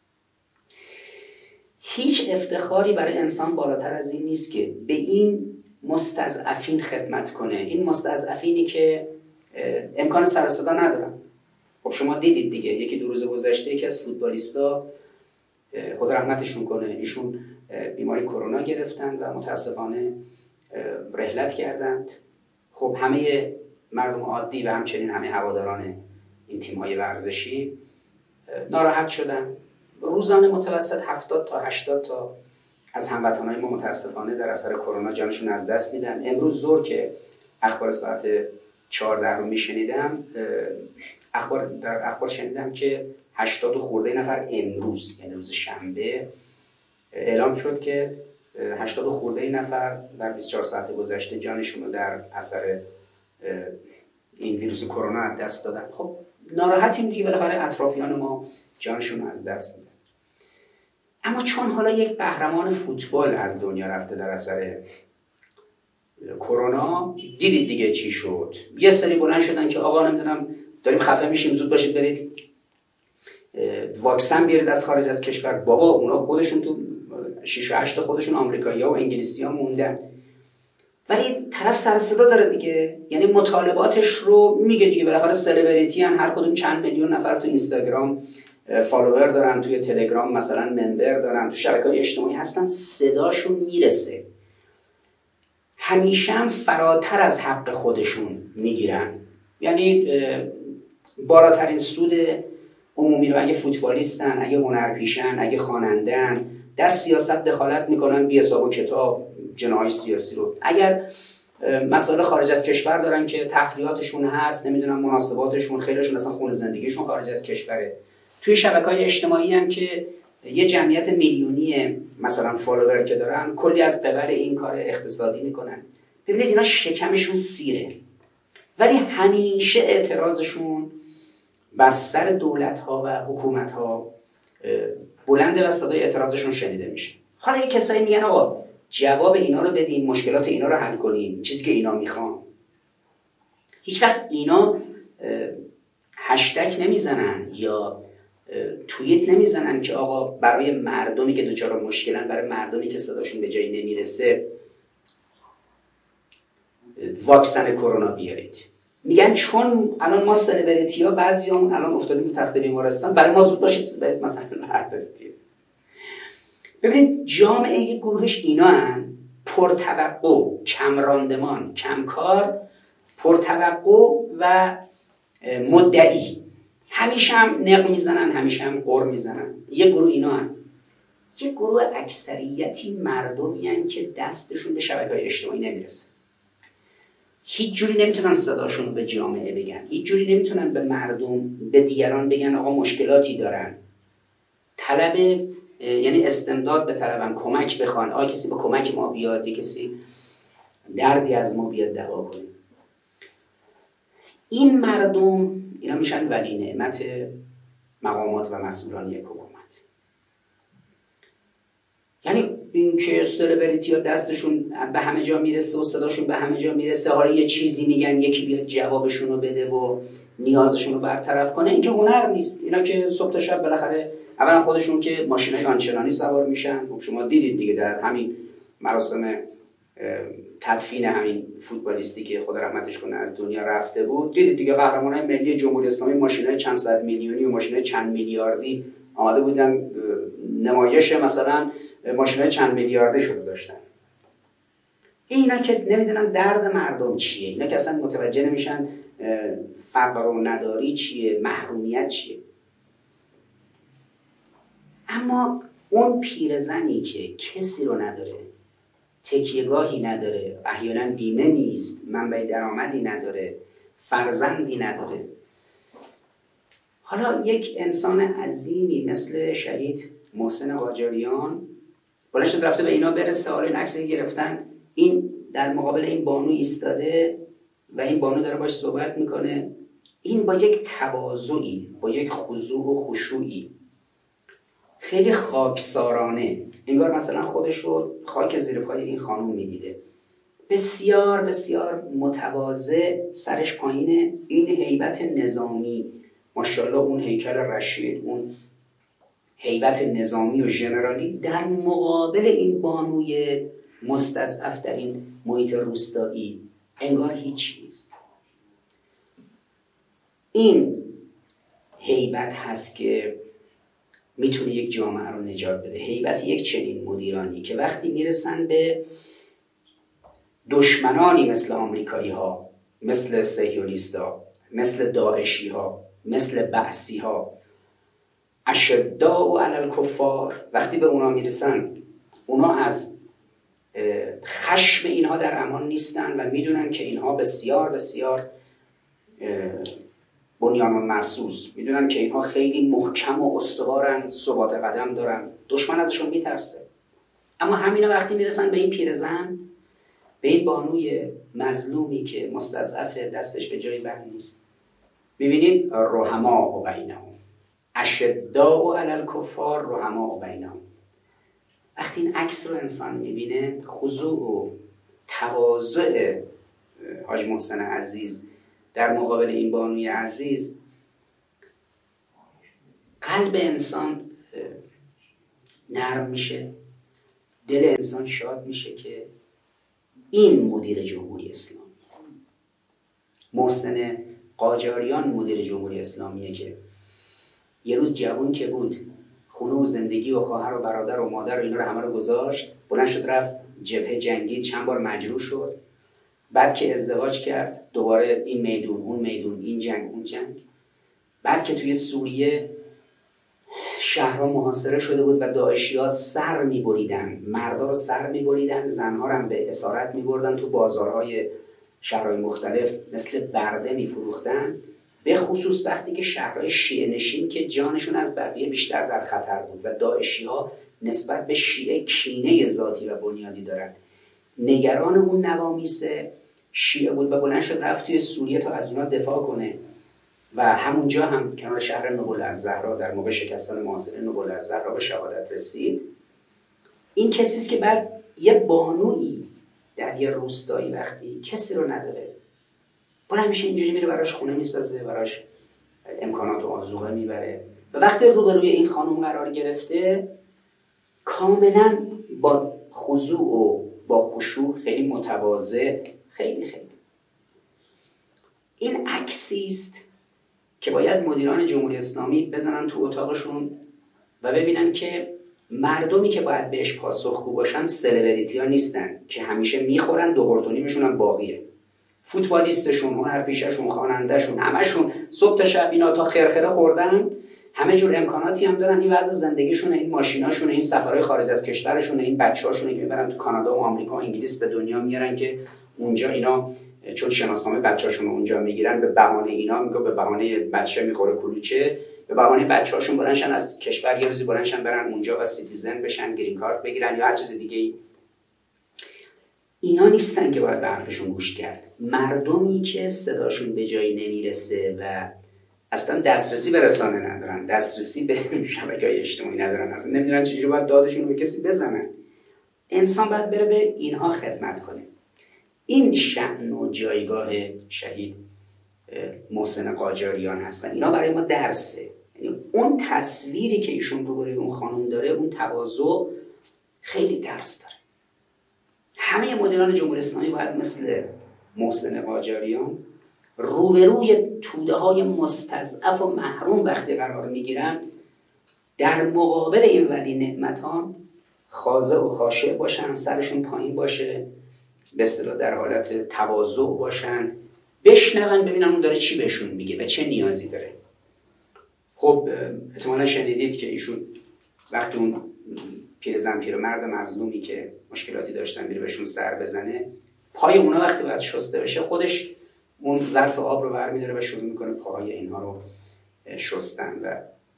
هیچ افتخاری برای انسان بالاتر از این نیست که به این مستضعفین خدمت کنه. این مستضعفینی که امکان سر صدا ندارن. خب شما دیدید دیگه، یکی دو روز گذشته یکی از فوتبالیستا، خدا رحمتشون کنه، ایشون بیماری کرونا گرفتن و متاسفانه رحلت کردند. خب همه مردم عادی و همچنین همه هواداران این تیم‌های ورزشی ناراحت شدن. روزانه متوسط 70 تا 80 تا از هموطنان ما متاسفانه در اثر کرونا جانشون از دست میدن. امروز ظهر که اخبار ساعت 14 رو میشنیدم، در اخبار شنیدم که 80 خورده نفر امروز، یعنی روز شنبه، اعلام شد که 80 خورده نفر در 24 ساعت گذشته جانشون رو در اثر این ویروس کرونا از دست دادن. خب ناراحتیم دیگه، بالاخره اطرافیان ما جانشون رو از دست دادن. اما چون حالا یک قهرمان فوتبال از دنیا رفته در اثر کرونا، دیدید دیگه چی شد. یه سری بلند شدن که آقا نمیدونم داریم خفه میشیم، زود باشید برید واکسن بیارید از خارج از کشور. بابا اونا خودشون تو 6 و 8 خودشون آمریکایی‌ها و انگلیسی‌ها موندن، ولی طرف سر صدا داره دیگه، یعنی مطالباتش رو میگه دیگه. بالاخره سلبریتی ان، هر کدوم چند میلیون نفر تو اینستاگرام فالوور دارن، توی تلگرام مثلا ممبر دارن، تو شبکه‌های اجتماعی هستن، صداشون میرسه. همیشه هم فراتر از حق خودشون میگیرن، یعنی بالاترین سود عمومی رو اگه فوتبالیستن، اگه هنرپیشن، اگه خواننده‌ان، در سیاست دخالت میکنن بی حساب و کتاب، جناح سیاسی رو. اگر مسائل خارج از کشور دارن که تفریحاتشون هست، نمیدونم مناسباتشون، خیلیشون اصلا خون زندگیشون خارج از کشوره. توی شبکه‌های اجتماعی هم که یه جمعیت میلیونی مثلا فالوور که دارن، کلی از قبل این کار اقتصادی میکنن. ببینید اینا شکمشون سیره، ولی همیشه اعتراضشون بر سر دولت‌ها و حکومت‌ها بلنده و صدای اعتراضشون شنیده میشه. حالا یه کسایی میگن آقا جواب اینا رو بدیم، مشکلات اینا رو حل کنیم، چیزی که اینا میخوان. هیچ وقت اینا هشتگ نمیزنن یا توییت نمیزنن که آقا برای مردمی که دچار مشکلن، برای مردمی که صداشون به جایی نمیرسه واکسن کرونا بیارید. میگن چون الان ما سلبریتی ها بعضیامون الان افتادیم تو تخت بیمارستان، برای ما زود باشید برید مثلا بردارید. ببینید جامعه یک گروهش اینا هن، پرتوقع، کم راندمان، کم کار، پرتوقع و مدعی. همیشه هم نق میزنن، همیشه هم قر میزنن. یک گروه اینا هن. یک گروه اکثریتی مردمی هن که دستشون به شبکه‌های اجتماعی نمیرسه. هیچ جوری نمیتونن صداشون رو به جامعه بگن، هیچ جوری نمیتونن به مردم، به دیگران بگن آقا مشکلاتی دارن، طلب یعنی استمداد به طلبن، کمک بخوان، آقا کسی به کمک ما بیاد، کسی دردی از ما بیاد دوا کنه. این مردم اینا میشن ولی نعمت مقامات و مسئولان یک حکومت. یعنی این که سلبریتی ها دستشون به همه جا میرسه و صداشون به همه جا میرسه، حالا یه چیزی میگن یکی بیاد جوابشون رو بده و نیازشون رو برطرف کنه، این که هنر نیست. اینا که صبح تا شب بالاخره اولا خودشون که ماشینای آنچنانی سوار میشن. شما دیدید دیگه در همین مراسم تدفین همین فوتبالیستی که خدا رحمتش کنه از دنیا رفته بود، دیدید دیگه قهرمانای ملی جمهوری اسلامی ماشینای چند صد میلیونی و ماشینای چند میلیاردی آماده بودن نمایش مثلا ماشینای چند میلیارده شده داشتن. اینا که نمیدونن درد مردم چیه، اینا که اصلا متوجه نمیشن فقر و نداری چیه، محرومیت چیه. اما اون پیرزنی که کسی رو نداره، تکیهگاهی نداره، احیانا بیمه نیست، منبع درآمدی نداره، فرزندی نداره، حالا یک انسان عظیمی مثل شهید محسن قاجاریان بلند شد رفته به اینا برسه، حالا این عکسی گرفتن، این در مقابل این بانو ایستاده و این بانو داره باش صحبت میکنه. این با یک تواضعی، با یک خضوع و خشوعی خیلی خاکسارانه، انگار مثلا خودش رو خاک زیر پای این خانوم میدیده، بسیار بسیار متواضع، سرش پایینه. این هیبت نظامی، ماشاءالله اون هیکل رشید، اون هیبت نظامی و ژنرالی در مقابل این بانوی مستضعف در این محیط روستایی انگار هیچ نیست. این هیبت هست که میتونه یک جامعه رو نجات بده. هیبت یک چنین مدیرانی که وقتی میرسن به دشمنانی مثل آمریکایی ها، مثل صهیونیستا، مثل داعشی ها، مثل بعثی ها، اشداء علی الکفار، وقتی به اونا میرسن، اونا از خشم اینها در امان نیستن و میدونن که اینها بسیار بسیار بنیان مرصوص، میدونن که اینها خیلی محکم و استوارن، ثبات قدم دارن. دشمن ازشون میترسه. اما همینا وقتی میرسن به این پیرزن، به این بانوی مظلومی که مستضعف، دستش به جای بند نیست، میبینید رحماء بینهم، اشداء علی الکفار رحماء بینهم. وقتی این عکس رو انسان میبینه، خضوع و تواضع حاج محسن عزیز در مقابل این بانوی عزیز، قلب انسان نرم میشه، دل انسان شاد میشه که این مدیر جمهوری اسلامی، محسن قاجاریان مدیر جمهوری اسلامیه که یه روز جوان که بود، خونه و زندگی و خواهر و برادر و مادر و اینا رو همه رو گذاشت، بلند شد رفت جبهه جنگید، چند بار مجروح شد، بعد که ازدواج کرد دوباره این میدون اون میدون، این جنگ اون جنگ، بعد که توی سوریه شهرها محاصره شده بود و داعشی‌ها سر می‌بریدن، مردا رو سر می‌بریدن، زن‌ها رو هم به اسارت می‌بردن، تو بازارهای شهرهای مختلف مثل برده می‌فروختن، به خصوص وقتی که شهرهای شیعه نشین که جانشون از بقیه بیشتر در خطر بود و داعشی‌ها نسبت به شیعه کینه ذاتی و بنیادی دارن، نگران اون نوامیس شیعه بود و بلند شد رفت توی سوریه تا از اونا دفاع کنه و همونجا هم کنار شهر نوب‌الزهرا در موقع شکستن محاصره نوب‌الزهرا به شهادت رسید. این کسیست که بعد یه بانویی در یه روستایی وقتی کسی رو نداره، بلند میشه اینجوری میره براش خونه میسازه، براش امکانات و آذوقه میبره و وقتی روبروی این خانم قرار گرفته، کاملا با خضوع و با خشوع، خیلی متواضع، خیلی این عکسیست که باید مدیران جمهوری اسلامی بزنن تو اتاقشون و ببینن که مردمی که باید بهش پاسخگو باشن سلبریتی ها نیستن که همیشه میخورن، دو قرط و نیمشون هم باقیه. فوتبالیستشون، هنرپیشهشون، خوانندهشون، همشون صبح تا شب اینا تا خرخره خوردن، همه جور امکاناتی هم دارن، این وضع زندگیشونه، این ماشیناشونه، این سفرهای خارج از کشورشونه، این بچه‌هاشونه که میبرن تو کانادا و آمریکا و انگلیس به دنیا میارن که اونجا اینا چون شناسنامه بچه‌هاشون رو اونجا میگیرن، به بهانه اینا میگه، به بهانه بچه میخوره کلوچه، به بهانه بچه‌هاشون بلندشن از کشور یه روزی بلندشن برن اونجا و سیتیزن بشن، گرین کارت بگیرن یا هر چیز دیگه. اینا نیستن که باید به حرفشون گوش کرد. مردمی که صداشون به جایی نمیرسه و اصلا دسترسی به رسانه ندارن، دسترسی به شبکه‌های اجتماعی ندارن، اصلا نمیدونن چجوری باید دادشون رو به کسی بزنن. انسان باید بره به اینها خدمت کنه. این شأن و جایگاه شهید محسن قاجاریان هست و اینا برای ما درسه. یعنی اون تصویری که ایشون روبروی اون خانم داره، اون تواضع، خیلی درس داره. همه مدیران جمهوری اسلامی باید مثل محسن قاجاریان روبروی توده‌های مستضعف و محروم وقتی قرار میگیرن، در مقابل این ولی نعمتان خاضع و خاشع باشن، سرشون پایین باشه، به اصطلاح در حالت تواضع باشن، بشنون ببینن اون داره چی بهشون میگه و چه نیازی داره. خب احتمالا شنیدید که ایشون وقتی اون پیرمرد مظلومی که مشکلاتی داشتن میره بهشون سر بزنه، پای اونا وقتی باید شسته بشه، خودش اون ظرف آب رو برمی‌داره و شروع میکنه پاهای اینها رو شستن. و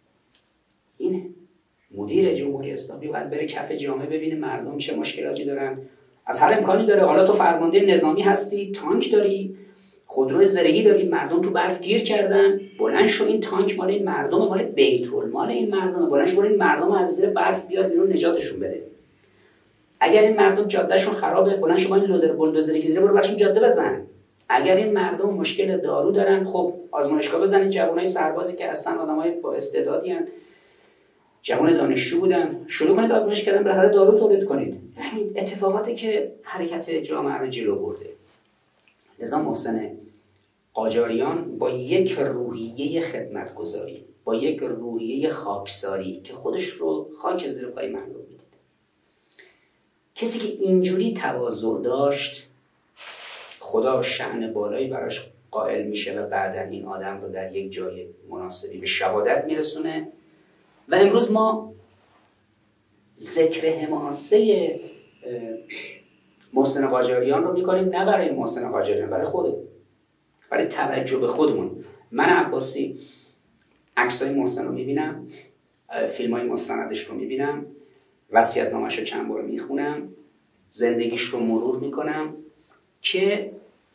این مدیر جمهوری اسلامی باید بره کف جامعه ببینه مردم چه مشکلاتی دارن، از هر امکانی داره. حالا تو فرمانده نظامی هستی، تانک داری، خودرو زرهی داری، مردم تو برف گیر کردن، بلند شو این تانک مال این مردمه، مال بیت المال این مردمه، بلند شو این مردم از زیر برف بیار بیرون، نجاتشون بده. اگر این مردم جادهشون خرابه، بلند شو این لودر بولدوزری که داره برو براشون جاده بزن. اگر این مردم مشکل دارو دارن، خب آزمایشگاه بزنید، جوانای سربازی که هستن آدمای با استعدادی ان، جوان دانشجو بودن، شروع کنید آزمایش کردن، بالاخره دارو تولید کنید. همین اتفاقاتی که حرکت جامعه رو جلو برده. لذا محسن قاجاریان با یک روحیه خدمتگزاری، با یک روحیه خاکساری که خودش رو خاک زیر پای مردم میدید، کسی که اینجوری تواضع داشت، خدا شأن بالایی براش قائل میشه و بعداً این آدم رو در یک جای مناسبی به شهادت میرسونه. و امروز ما ذکر حماسه محسن قاجاریان رو میکنیم، نه برای محسن قاجاریان، برای خودمون، برای توجه به خودمون. من عباسی عکسای محسن رو میبینم، فیلمای مستندش رو میبینم وصیت‌نامه‌اش رو چند بار میخونم، زندگیش رو مرور میکنم که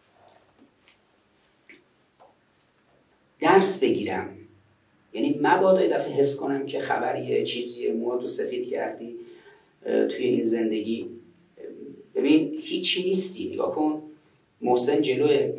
درس بگیرم. یعنی مبادا یه دفعه حس کنم که خبریه، چیزیه، موهاتو سفید کردی توی این زندگی. ببین هیچی نیستی. نگاه کن محسن جلوی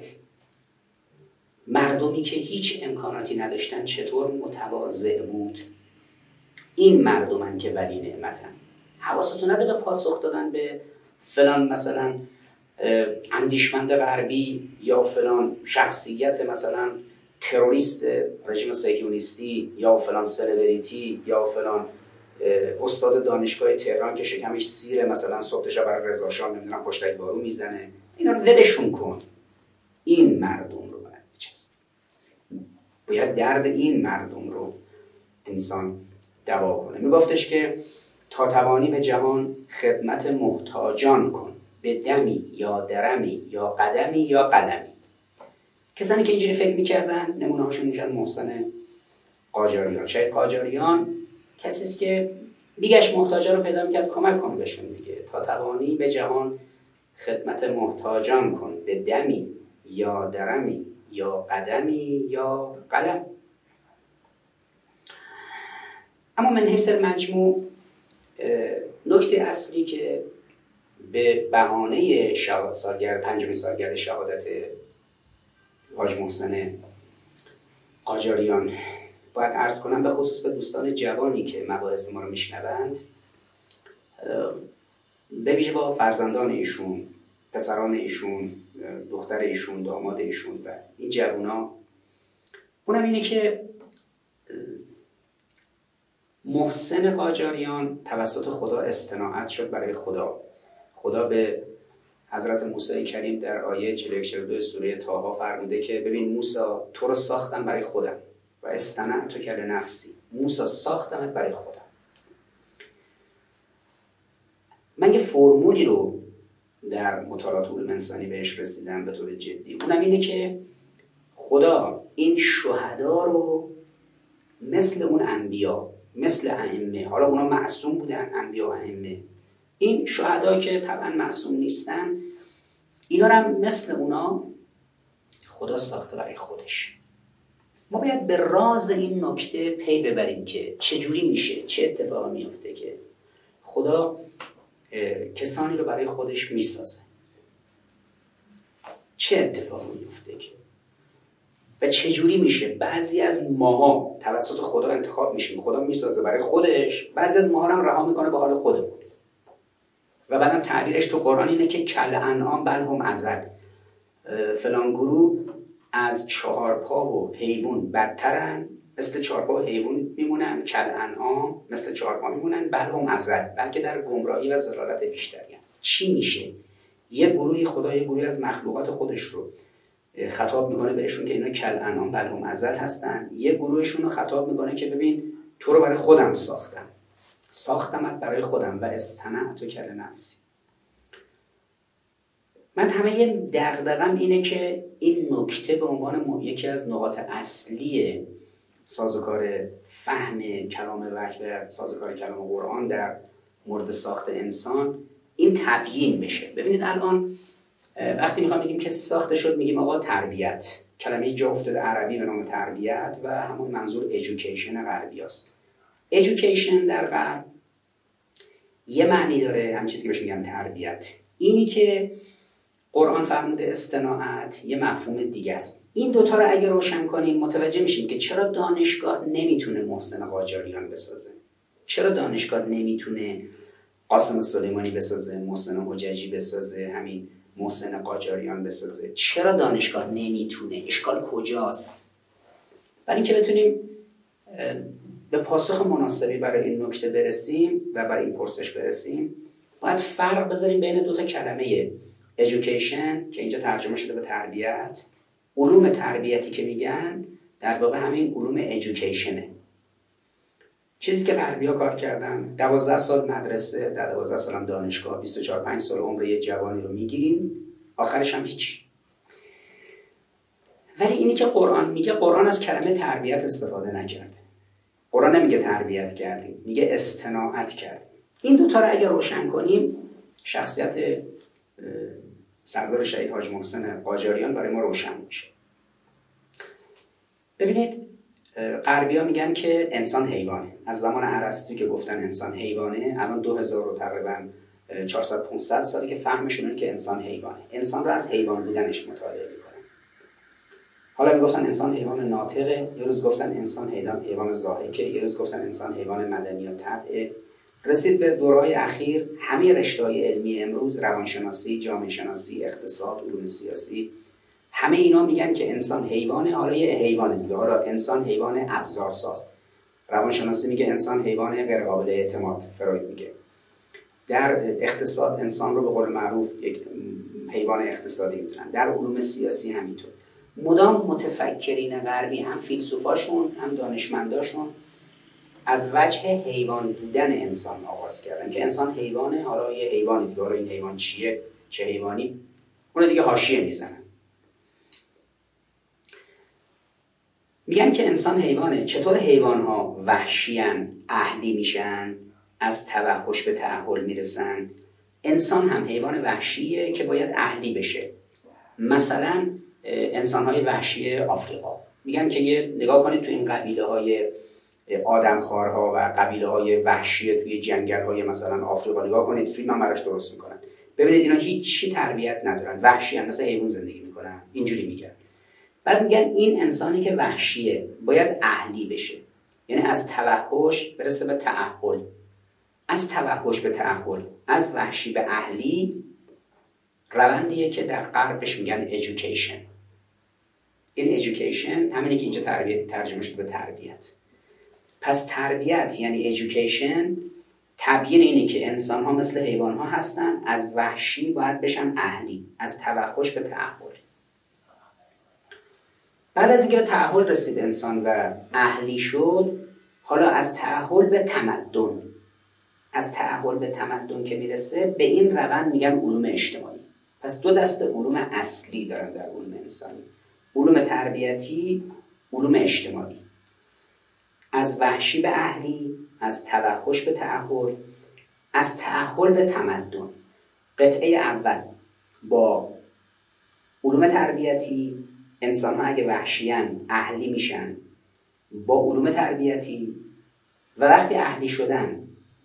مردمی که هیچ امکاناتی نداشتن چطور متواضع بود. این مردمن که ولی نعمتن. حواستون نده به پاسخ دادن به فلان مثلا اندیشمند غربی یا فلان شخصیت مثلا تروریست رژیم صهیونیستی یا فلان سلبریتی یا فلان استاد دانشگاه تهران که شکمش سیره مثلا صبح شب برای رضا شاه نمیدونم پشتک بارو میزنه. اینا رو ولشون کن. این مردم رو باید بچسب. باید درد این مردم رو انسان دوا کنه. میگفتش که تا توانی به جهان خدمت محتاجان کن، به دمی یا درمی یا قدمی یا قلمی. کسانی که اینجوری فکر میکردن نمونه هاشون میشن محسن قاجاریان. شاید قاجاریان کسی است که بیگشت محتاجا رو پیدا میکرد کمک کنه بهشون دیگه. تا توانی به جهان خدمت محتاجان کن، به دمی یا درمی یا قدمی یا قلم. اما من حیث مجموع نکته اصلی که به بهانه پنجمین سالگرد شهادت حاج محسن قاجاریان باید عرض کنم، به خصوص به دوستان جوانی که مباحث ما رو میشنوند، به ویژه با فرزندان ایشون، پسران ایشون، دختر ایشون، داماد ایشون و این جوونا، اونم اینه که محسن قاجاریان توسط خدا استناعت شد برای خدا. خدا به حضرت موسی کریم در آیه 41-42 سوره طه فرموده که ببین موسی تو رو ساختم برای خودم و استنعتک لنفسی. موسی ساختمت برای خودم. من یه فرمولی رو در مطالعات علوم انسانی بهش رسیدم به طور جدی. اونم اینه که خدا این شهدا رو مثل اون انبیا، مثل ائمه، حالا اونا معصوم بودن انبیا و ائمه، این شهدا که طبعا معصوم نیستن، اینا رو هم مثل اونا خدا ساخته برای خودش. ما باید به راز این نکته پی ببریم که چجوری میشه، چه اتفاقی میفته که خدا کسانی رو برای خودش میسازه، چه اتفاقی میفته که و چجوری میشه بعضی از ماها توسط خدا انتخاب میشیم، خدا میسازه برای خودش، بعضی از ماها هم رها میکنه به حال خودمون. و بعدم تعبیرش تو قرآن اینه که کل انعام بل هم اضل. فلان گروه از چهارپا و حیوان بدترن، مثل چهارپا و حیوان میمونن، کل انعام مثل چهارپا میمونن، بل هم اضل، بلکه در گمراهی و ضلالت بیشتری. چی میشه؟ یه گروهی خدا یه گروهی از مخلوقات خودش رو خطاب میکنه بهشون که اینا کل انعام بل هم اضل هستن، یه گروهشون رو خطاب میکنه که ببین تو رو برای خودم ساختمت برای خودم و استنعتک لنفسی. من همه دغدغه‌م اینه که این نکته به عنوان یکی از نقاط اصلی سازوکار فهم کلام وحی و سازوکار کلام قرآن در مورد ساخت انسان این تبیین بشه. ببینید الان وقتی میخوام بگیم کسی ساخته شد میگیم آقا تربیت. کلمه جا افتاده عربی به نام تربیت و همون منظور ایژوکیشن غربی است. ایژوکیشن در غرب یه معنی داره، هم چیزی که بهش میگن تربیت. اینی که قرآن فرموده استناعت یه مفهوم دیگه است. این دوتا رو اگه روشن کنیم متوجه میشیم که چرا دانشگاه نمیتونه محسن قاجاریان بسازه، چرا دانشگاه نمیتونه قاسم سلیمانی بسازه، محسن حججی بسازه، همین محسن قاجاریان بسازه. چرا دانشگاه نمیتونه؟ اشکال کجاست؟ برای اینکه بتونیم به پاسخ مناسبی برای این نکته برسیم و برای این پرسش برسیم، باید فرق بذاریم بین دو تا کلمه education که اینجا ترجمه شده به تربیت. علوم تربیتی که میگن در واقع همین علوم educationه. چیزی که غربی‌ها کار کردن 12 سال مدرسه، در 12 سال هم دانشگاه، 24-5 سال عمر یه جوانی رو میگیریم، آخرش هم هیچ. ولی اینی که قرآن میگه، قرآن از کلمه تربیت استفاده نکرده. قرآن نمیگه تربیت کردیم، میگه استناعت کردیم. این دوتا رو اگر روشن کنیم شخصیت سردار شهید حاج محسن قاجاریان برای ما روشن میشه. ببینید غربی‌ها میگن که انسان حیوانه. از زمان ارسطو که گفتن انسان حیوانه، الان 2000 و تقریبا 400-500 ساله که فهمشون اینه که انسان حیوانه. انسان رو از حیوان بودنش مطالعه میکنن. حالا میگفتن انسان حیوان ناطقه، یه روز گفتن انسان حیوان ضاحکه، یه روز گفتن انسان حیوان مدنی و طبعه. رسید به دورهای اخیر همه رشته‌های علمی امروز، روانشناسی، جامعه شناسی، اقتصاد، علوم سیاسی، همه اینا میگن که انسان حیوانه. حالا یه حیوان دیگه، حالا انسان حیوان ابزارساز. روانشناسی میگه انسان حیوان غیر قابل اعتماد، فروید میگه. در اقتصاد انسان رو به قول معروف یک حیوان اقتصادی میدونن. در علوم سیاسی همینطور. مدام متفکرین غربی، هم فیلسوفاشون هم دانشمنداشون، از وجه حیوان بودن انسان آغاز کردن که انسان حیوانه. حالا یه حیوانی دیگه، حالا این حیوان چیه، چه حیوانی، اون دیگه حاشیه میزنن. میگن که انسان حیوانه. چطور حیوان‌ها وحشیان، اهلی میشن، از توحش به تأهل میرسن؟ انسان هم حیوان وحشیه که باید اهلی بشه. مثلا انسان‌های وحشی آفریقا، میگن که یه نگاه کنید تو این قبیله‌های آدمخوارها و قبیله‌های وحشی توی جنگل‌های مثلا آفریقا، نگاه کنید، فیلم هم براش درست میکنن. ببینید اینا هیچی تربیت ندارن، وحشی هم مثل حیوان زندگی میکنن. اینجوری میگن. بعد میگن این انسانی که وحشیه باید اهلی بشه، یعنی از توحش برسه به تأهل. از توحش به تأهل، از وحشی به اهلی، روندیه که در غرب بهش میگن education. این education همینه که اینجا ترجمه شده به تربیت. پس تربیت یعنی education. تبیین اینه که انسان ها مثل حیوان ها هستن، از وحشی باید بشن اهلی، از توحش به تأهل. بعد از اینکه به تأهل رسید انسان و اهلی شد، حالا از تأهل به تمدن، از تأهل به تمدن که میرسه، به این روند میگن علوم اجتماعی. پس دو دسته علوم اصلی دارن در علوم انسانی: علوم تربیتی، علوم اجتماعی. از وحشی به اهلی، از توحش به تأهل، از تأهل به تمدن. قطعه اول با علوم تربیتی، انسان ها اگه وحشیان اهلی میشن با علوم تربیتی، و وقتی اهلی شدن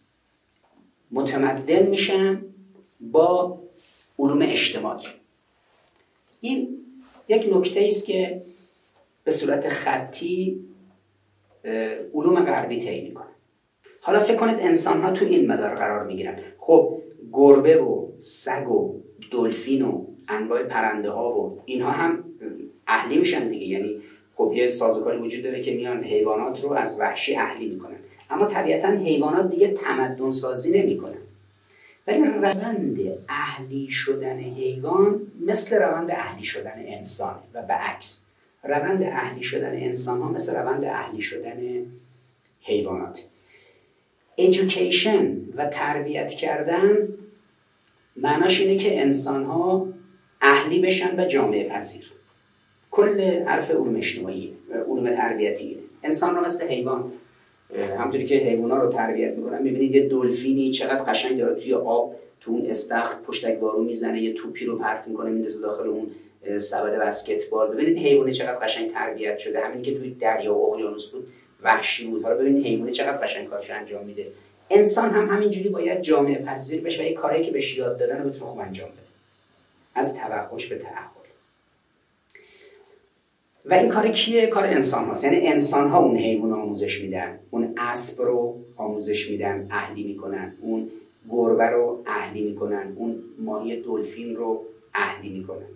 متمدن میشن با علوم اجتماعی. این یک نکته است که به صورت خطی علوم غربی طی میکنن. حالا فکر کنید انسان ها تو این مدار قرار میگیرن. خب گربه و سگ و دلفین و انواع پرنده ها و اینها هم اهلی میشن دیگه. یعنی خب یه سازوکاری وجود داره که میان حیوانات رو از وحشی اهلی میکنن، اما طبیعتا حیوانات دیگه تمدن سازی نمیکنن. ولی روند اهلی شدن حیوان مثل روند اهلی شدن انسان و به عکس. روند اهلی شدن انسان ها مثل روند اهلی شدن حیوانات. education و تربیت کردن معناش اینه که انسان ها اهلی بشن و جامعه پذیر. کل حرف علوم اجتماعی، علوم تربیتی، انسان رو مثل حیوان، همونطوری که حیونا رو تربیت میکنن. میبینید یه دلفینی چقدر قشنگ داره توی آب، تو اون استخر پشتک وارو میزنه، یه توپی رو پرت میکنه میندازه داخل اون سبد بسکتبال. ببینید حیوان چقدر قشنگ تربیت شده. همین که توی دریا و اقیانوس بود وحشی بود، حالا ببینید حیوان چقدر قشنگ کارشو انجام میده. انسان هم همینجوری باید جامعه پذیر بشه و یه کاری که بهش یاد دادن رو بتونه خوب انجام بده، از توحش به تأهل. و این کار کیه؟ کار انسان هاست. یعنی انسان ها اون حیوان آموزش میدن، اون اسب رو آموزش میدن، اهلی میکنن، اون گربه رو اهلی میکنن، اون ماهی دلفین رو اهلی میکنن.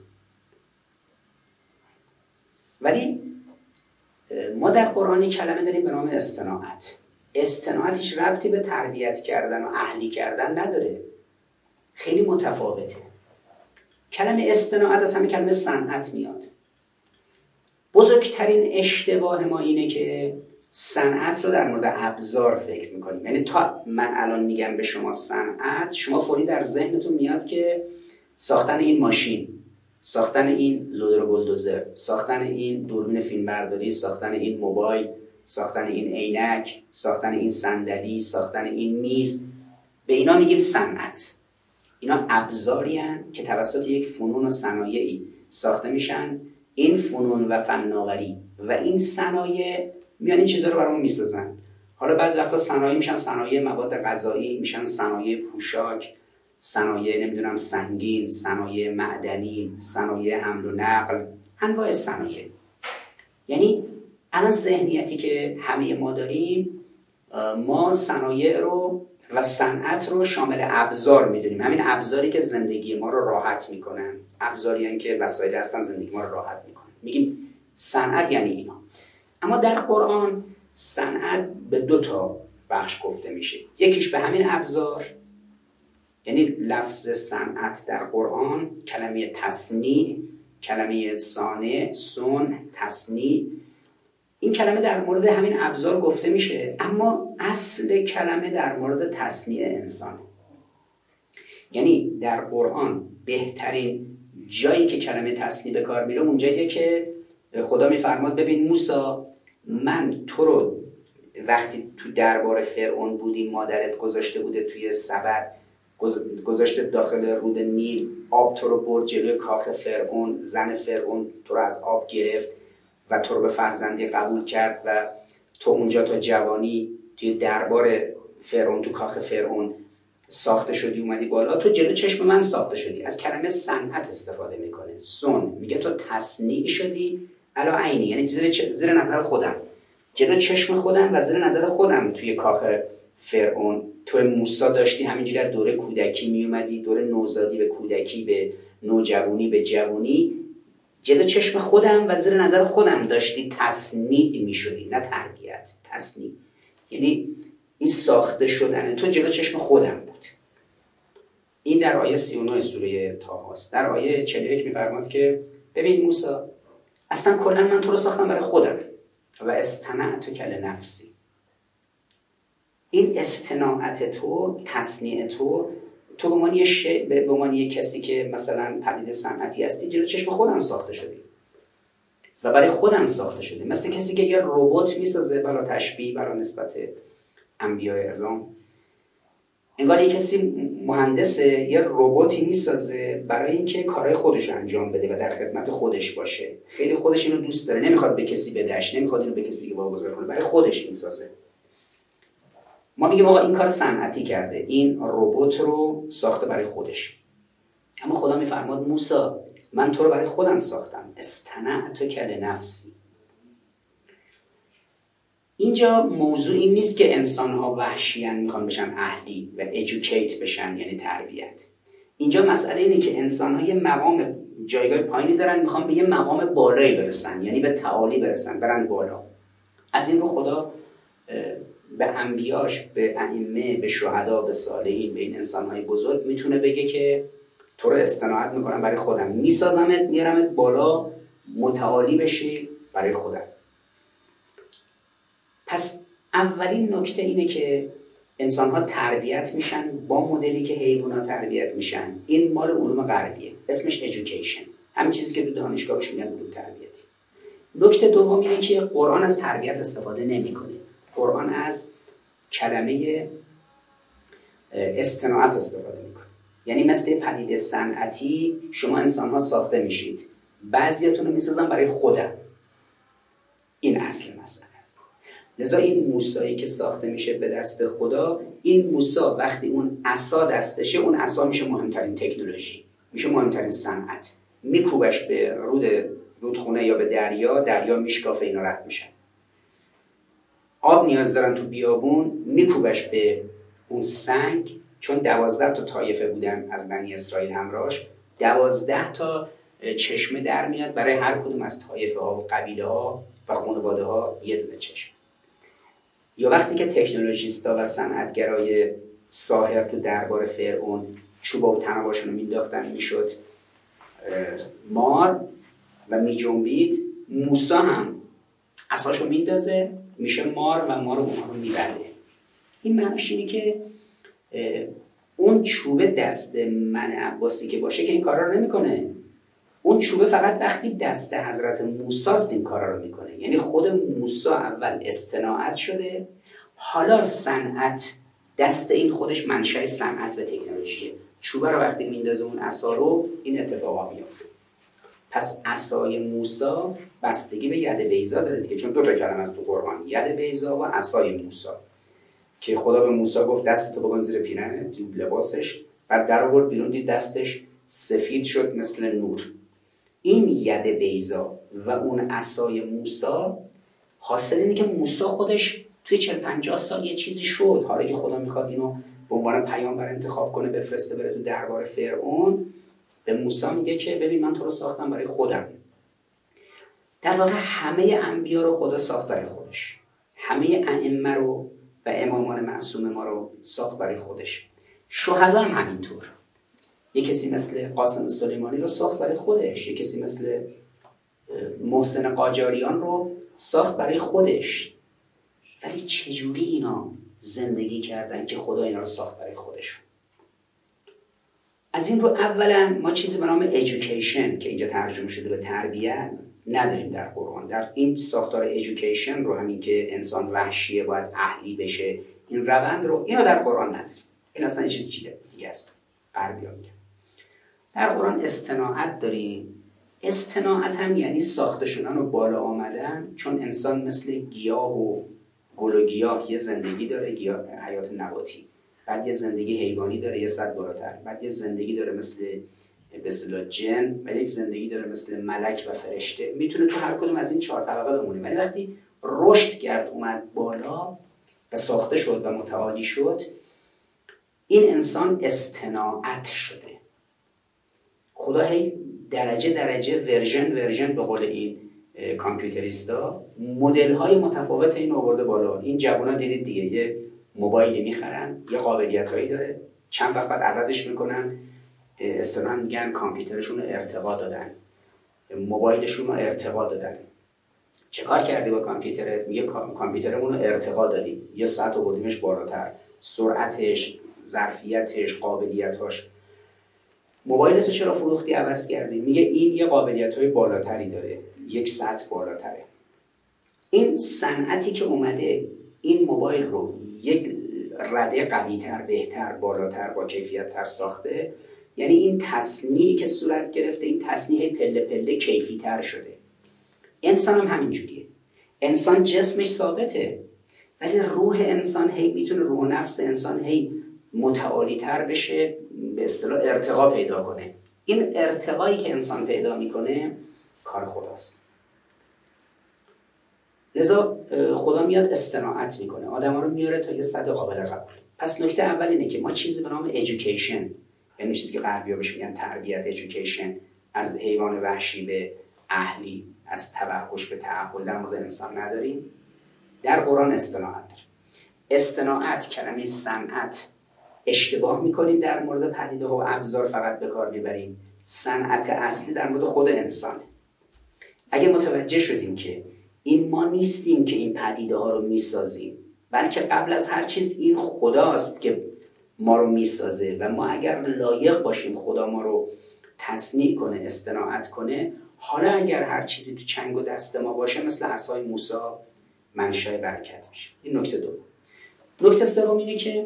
ولی ما در قرآن کلمه داریم به نام استناعت. استناعتش ربطی به تربیت کردن و اهلی کردن نداره، خیلی متفاوته. کلمه استناعت از همین کلمه صنعت میاد. بزرگترین اشتباه ما اینه که صنعت رو در مورد ابزار فکر میکنیم. یعنی تا من الان میگم به شما صنعت، شما فوری در ذهنتون میاد که ساختن این ماشین، ساختن این لودر و بولدوزر، ساختن این دوربین فیلمبرداری، ساختن این موبایل، ساختن این عینک، ساختن این صندلی، ساختن این میز. به اینا میگیم صنعت. اینا ابزاری هستند که توسط یک فنون و صنایعی ساخته میشن. این فنون و فناوری و این صنایع میان این چیزا رو برامون میسازن. حالا بعضی وقتا صنایع میشن صنایع مواد غذایی، میشن صنایع پوشاک، صنایع نمیدونم سنگین، صنایع معدنی، صنایع حمل و نقل، انواع صنایع. یعنی الان ذهنیتی که همه ما داریم، ما صنایع رو و صنعت رو شامل ابزار میدونیم. همین ابزاری که زندگی ما رو راحت میکنن، ابزاری هستن که وسایل هستن زندگی ما رو راحت میکنن، میگیم صنعت یعنی اینا. اما در قرآن صنعت به 2 تا بخش گفته میشه. یکیش به همین ابزار، یعنی لفظ صنعت در قرآن کلمه تصنیع، کلمه صانع، صنع، تصنیع، این کلمه در مورد همین ابزار گفته میشه. اما اصل کلمه در مورد تصنیع انسان. یعنی در قرآن بهترین جایی که کلمه تصنیع به کار میره اونجاییه که خدا میفرماد ببین موسی، من تو رو وقتی تو دربار فرعون بودی، مادرت گذاشته بوده توی سبد، گذاشته داخل رود نیل، آب تو رو برد جلوی کاخ فرعون، زن فرعون تو رو از آب گرفت و تو رو به فرزندی قبول کرد و تو اونجا تا جوانی توی دربار فرعون، تو کاخ فرعون ساخته شدی، اومدی بالا، تو جلو چشم من ساخته شدی. از کلمه صنعت استفاده میکنه. سن میگه تو تصنیع شدی علی عینی، یعنی زیر نظر خودم، جلو چشم خودم و زیر نظر خودم توی کاخ فرعون. تو موسی داشتی همینجوری از دوره کودکی میومدی، دوره نوزادی به کودکی، به نوجوانی، به جوانی، جلو چشم خودم و زیر نظر خودم داشتی تصنیع میشدی، نه تربیت. تصنیع یعنی این ساخته شدن تو جلو چشم خودم بود. این در آیه 39 سوره طه است. در آیه 41 میفرماد که ببین موسی، اصلا کلا من تو رو ساختم برای خودم و اصطنعتک لنفسی. این اصطناعت تو، تصنیع تو به عنوان یه کسی که مثلا پدیده صنعتی هستی، جلو چشم خودم ساخته شدی و برای خودم ساخته شدی. مثل کسی که یه ربات میسازه، برای تشبیه، برای نسبت انبیاء اعظام، انگار یه کسی مهندسه یه رباتی میسازه برای اینکه کارهای خودش انجام بده و در خدمت خودش باشه. خیلی خودش اینو دوست داره، نمیخواد به کسی بدهش، نمیخواد اینو به کسی دیگه واگذار کنه، برای خودش میسازه. ما میگیم آقا این کار صنعتی کرده، این ربات رو ساخته برای خودش. اما خدا میفرماد موسی، من تو رو برای خودم ساختم، اصطنعتک لنفسی. اینجا موضوع این نیست که انسان‌ها وحشیاً میخوان بشن اهلی و educate بشن، یعنی تربیت. اینجا مسئله اینه که انسان‌ها یه مقام، جایگاه پایینی دارن، میخوان به یه مقام بالایی برسن، یعنی به تعالی برسن، برن بالا. از این رو خدا به انبیاش، به ائمه، به شهدا، به صالحین، به این انسان‌های بزرگ میتونه بگه که تو رو استناعت میکنم برای خودم، میسازمت، میارمت بالا، متعالی بشی برای خودم. پس اولین نکته اینه که انسان‌ها تربیت میشن با مدلی که حیوانات تربیت میشن. این مال علوم غربیه، اسمش education، همین چیزی که تو دانشگاه بهش میگن علوم تربیتی. نکته دوم اینه که قرآن از تربیت استفاده نمیکنه. قرآن از کلمه اصطناعت استفاده میکنه. یعنی مثل پدیده صنعتی شما انسان‌ها ساخته میشید، بعضیاتون رو میسازن برای خودم. این اصل مسئله است. لذا این موسی که ساخته میشه به دست خدا، این موسی وقتی اون عصا دستشه، اون عصا میشه مهمترین تکنولوژی، میشه مهمترین صنعت. میکوبش به رودخونه یا به دریا میشکافه، اینا رد میشن. آب نیاز دارن تو بیابون، میکوبش به اون سنگ، چون 12 تا طایفه بودن از بنی اسرائیل همراهش، 12 تا چشمه در میاد برای هر کدوم از طایفه ها و قبیله ها و خانواده ها یه دونه چشم. یا وقتی که تکنولوژیستا و صنعتگرای ساحر تو دربار فرعون چوبا و تناباشون رو مینداختن، میشد مار و میجنبید، موسی هم عصاشو میندازه میشه مار و مار اونها رو میبره. این معنیش اینه که اون چوبه دست من عباسی که باشه که این کارا رو نمیکنه. اون چوبه فقط وقتی دست حضرت موسی است این کارا رو میکنه. یعنی خود موسی اول اصطناعت شده، حالا صنعت دست این خودش منشأ صنعت و تکنولوژیه. چوبه رو وقتی میندازه اون عصا رو، این اتفاقا میفته. پس عصای موسی بستگی به ید بیضا داره دیگه، چون 2 تا کلمه است تو قرآن، ید بیضا و عصای موسی، که خدا به موسی گفت دستتو بکن زیر پیرنت، تو لباسش، بعد در آورد بیرون، دید دستش سفید شد مثل نور. این ید بیضا و اون عصای موسی، حاصل اینه که موسی خودش توی 40-50 سال یه چیزی شد. حالا که خدا میخواد اینو به عنوان پیامبر انتخاب کنه، بفرسته بره تو دربار فرعون، به موسی میگه که ببین من تو رو ساختم برای خودم. در واقع همه انبیا رو خدا ساخت برای خودش، همه ائمه رو و امامان معصوم ما رو ساخت برای خودش. شهدا هم همینطور. یک کسی مثل قاسم سلیمانی رو ساخت برای خودش، یک کسی مثل محسن قاجاریان رو ساخت برای خودش. ولی چجوری اینا زندگی کردن که خدا اینا رو ساخت برای خودشون؟ از این رو اولا ما چیزی به نام education که اینجا ترجمه شده به تربیت نداریم در قرآن. در این ساختار education رو، همین که انسان وحشیه باید اهلی بشه، این روند رو اینا در قرآن نداریم. این اصلا یه چیز دیگه است. غربی‌ها میگن. در قرآن استناعت داریم. استناعت هم یعنی ساخته شدن و بالا آمدن، چون انسان مثل گیاه و گل و گیاه یه زندگی داره، گیاه حیات نباتی، بعد یه زندگی حیوانی داره یه صد بالاتر، بعد یه زندگی داره مثل به اصطلاح جن، و یک زندگی داره مثل ملک و فرشته. میتونه تو هر کدوم از این 4 طبقه بمونه. ولی وقتی رشد کرد اومد بالا و ساخته شد و متعالی شد، این انسان استناعت شده. خدا هی درجه ورژن به قول این کامپیوتریستا مدل های متفاوت این آورده بالا. این جوونا دیدید دیگه، یه موبایلی میخرن، یه قابلیت هایی داره، چند وقت بعد عوضش میکنن، اصطلاحاً میگن کامپیوترشون رو ارتقا دادن، موبایلشون رو ارتقا دادن. چه کار کردی با کامپیوترت؟ میگه کامپیوترمون رو ارتقا دادیم، یه سطح آوردیمش بالاتر، سرعتش، ظرفیتش، قابلیتاش. موبایلتو چرا فروختی عوض کردی؟ میگه این یه قابلیت‌های بالاتری داره، یک سطح بالاتره. این صنعتی که اومده این موبایل رو یک رده قوی‌تر، بهتر، بالاتر، با کیفیت‌تر ساخته، یعنی این تصنیعی که صورت گرفته، این تصنیع پله پله کیفی‌تر شده. انسان هم همین جوریه. انسان جسمش ثابته، ولی روح انسان هی میتونه، روح و نفس انسان هی متعالی‌تر بشه، به اصطلاح ارتقا پیدا کنه. این ارتقایی که انسان پیدا میکنه کار خداست. لذا خدا میاد استناعت میکنه، آدما رو میاره تا یه سطح قابل قبول. پس نکته اول اینه که ما چیزی به نام education، یعنی چیزی که غربی‌ها بهش میگن تربیت، education، از حیوان وحشی به اهلی، از توحش به تعهل در مورد انسان نداریم. در قرآن استناعت داریم. استناعت، کلمه صنعت اشتباه میکنیم در مورد پدیده ها و ابزار فقط به کار میبریم. صنعت اصلی در مورد خود انسانه. اگه متوجه شدیم که این ما نیستیم که این پدیده ها رو میسازیم، بلکه قبل از هر چیز این خداست که ما رو میسازه، و ما اگر لایق باشیم خدا ما رو تصنیع کنه، استناعت کنه، حالا اگر هر چیزی تو چنگ و دست ما باشه، مثل عصای موسی منشأ برکت میشه. این نکته دوم. نکته سوم اینه که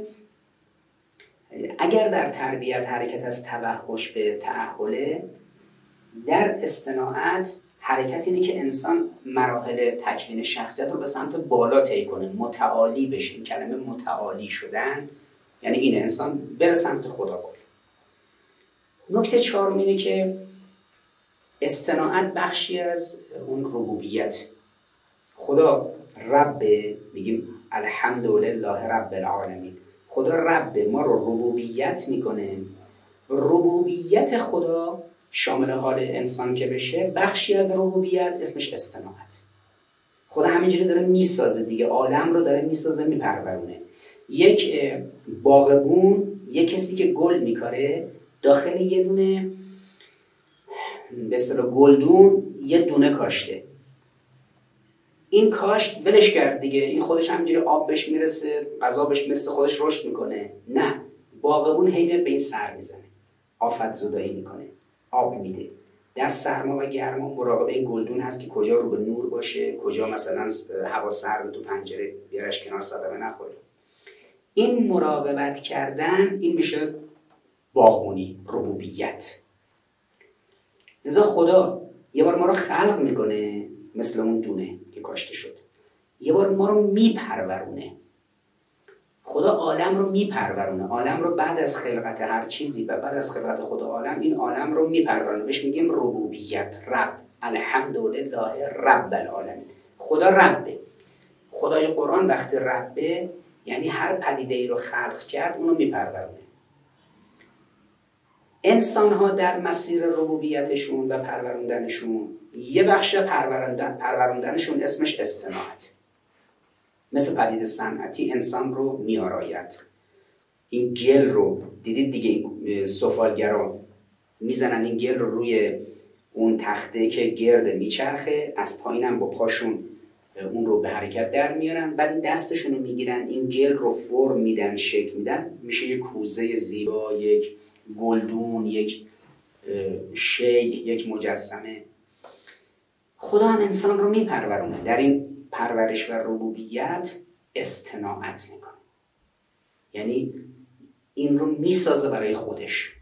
اگر در تربیت حرکت از توحش به تعهله، در استناعت حرکت اینه که انسان مراحل تکوین شخصیت رو به سمت بالا طی کنه، متعالی بشه. این کلمه متعالی شدن یعنی این انسان بره سمت خدا کنه. نکته چهارم اینه که استناعت بخشی از اون ربوبیت. خدا رب، میگیم الحمدلله رب العالمین، خدا رب ما رو ربوبیت میکنه. ربوبیت خدا شامل حال انسان که بشه، بخشی از ربوبیت اسمش استناعت. خدا همینجوری داره میسازه دیگه، عالم رو داره میسازه، میپرورونه. یک باغبون، یک کسی که گل میکاره، داخل یه دونه به اصطلاح گلدون یه دونه کاشته. این کاشت ولش کرد دیگه، این خودش همینجوری آب بهش میرسه، غذا بهش میرسه، خودش رشد میکنه. نه، باغبون هی میاد به این سر میزنه، آفت زدایی میکنه، آب میده. در سرما و گرما مراقب این گلدون هست که کجا رو به نور باشه، کجا مثلا هوا سرد تو پنجره بیارش کنار صدمه نخوره. این مراقبت کردن این میشه باغبونی، ربوبیت. لذا خدا یه بار ما رو خلق میکنه مثل اون دونه که کاشته شد، یه بار ما رو میپرورونه. خدا عالم رو میپرورونه، عالم رو بعد از خلقت هر چیزی و بعد از خلقت خدا عالم، این عالم رو میپرورونه. بهش میگیم ربوبیت، رب. الحمدلله رب العالمین. خدا ربه. خدای قرآن وقتی ربه یعنی هر پدیده ای رو خلق کرد اونو میپرورونه. انسان ها در مسیر ربوبیتشون و پروروندنشون یه بخش پروروندنشون اسمش استناعت. مثل پدیده صنعتی انسان رو میآراید. این گل رو دیدید دیگه، سفالگرا میزنن این گل رو روی اون تخته که گرده میچرخه، از پایینم با پاشون اون رو به حرکت در میارن، بعد این دستشون رو میگیرن این گل رو فرم میدن، شکل میدن، میشه یک کوزه زیبا، یک گلدون، یک شی، یک مجسمه. خدا هم انسان رو میپرورونه. در این پرورش و ربوبیت استناعت میکنه، یعنی این رو میسازه برای خودش.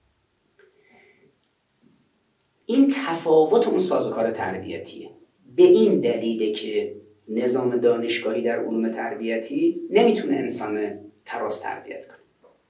این تفاوت اون سازوکار تربیتیه. به این دلیله که نظام دانشگاهی در علوم تربیتی نمیتونه انسان تراز تربیت کنه.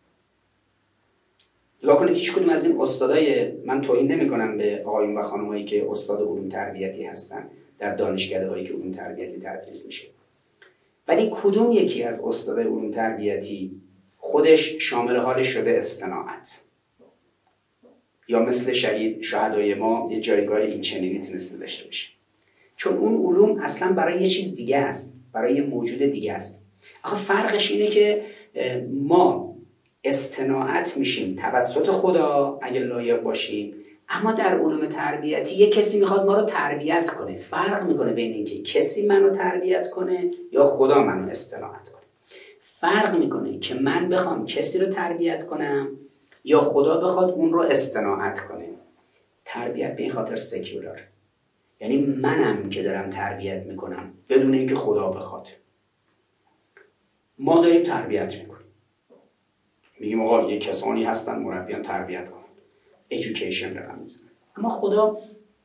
نگاه کنید هیچ کدوم از این استادای، من توهین نمی‌کنم به آقایون و خانمایی که استاد علوم تربیتی هستن در دانشکده‌هایی که علوم تربیتی تدریس میشه، ولی کدوم یکی از استادای علوم تربیتی خودش شامل حالش شده استناعت، یا مثل شهدای ما یه جایگاه این چنینی تونسته داشته باشه؟ چون اون علوم اصلا برای یه چیز دیگه است، برای یه موجود دیگه است. آخه فرقش اینه که ما استناعت میشیم توسط خدا اگه لایق باشیم، اما در علوم تربیتی یه کسی میخواد ما رو تربیت کنه. فرق میکنه بین اینکه کسی منو تربیت کنه یا خدا منو استناعت کنه. فرق میکنه که من بخوام کسی رو تربیت کنم یا خدا بخواد اون رو استناعت کنه. تربیت به این خاطر سکولار، یعنی منم که دارم تربیت میکنم بدون اینکه خدا بخواد. ما داریم تربیت میکنیم، میگیم آقا یه کسانی هستن مربیان تربیت کنن، ایژوکیشن رقم میزنن، اما خدا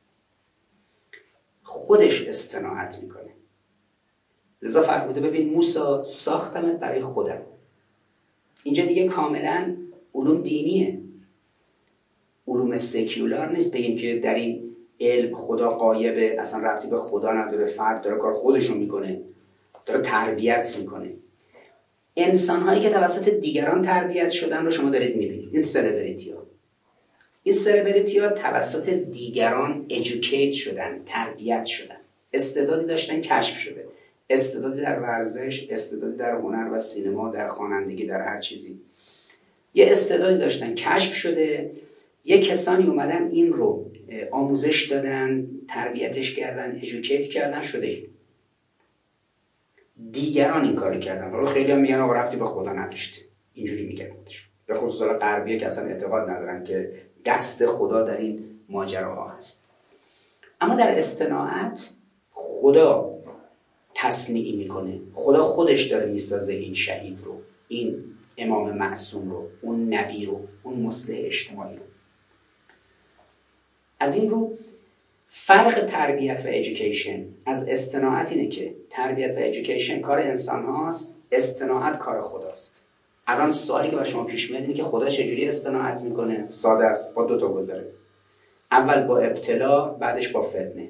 خودش استناعت میکنه. لذا فرموده ببین موسی ساختمت برای خودم. اینجا دیگه کاملا علوم دینیه، علوم سکولار نیست. بگیم که در این علم خدا غایبه، اصلا ربطی به خدا نداره، فرد داره کار خودشون میکنه، داره تربیت میکنه. انسان‌هایی که توسط دیگران تربیت شدن رو شما دارید میبینید. این سلبریتی‌ها توسط دیگران ایژوکیت شدن، تربیت شدن، استعدادی داشتن کشف شده، استعدادی در ورزش، استعدادی در هنر و سینما، در خوانندگی، در هر چیزی یه استعدادی داشتن کشف شده. یه کسانی اومدن این رو آموزش دادن، تربیتش کردن، ایژوکیت کردن، شده. دیگران این کاری کردن. حالا خیلی هم میگن آقا ربطی به خدا نداشت، اینجوری میگن خودشون، به خصوص غربیه که اصلا اعتقاد ندارن که دست خدا در این ماجراها هست. اما در استناعت خدا تصنیعی میکنه، خدا خودش داره میسازه این شهید رو، این امام معصوم رو، اون نبی رو، اون مصلح اجتماعی رو. از این رو فرق تربیت و ایژوکیشن از استناعت اینه که تربیت و ایژوکیشن کار انسان هاست، استناعت کار خداست. الان سوالی که برای شما پیش میاد اینه که خدا چجوری استناعت میکنه؟ ساده است، با 2 تا گذره. اول با ابتلا، بعدش با فتنه.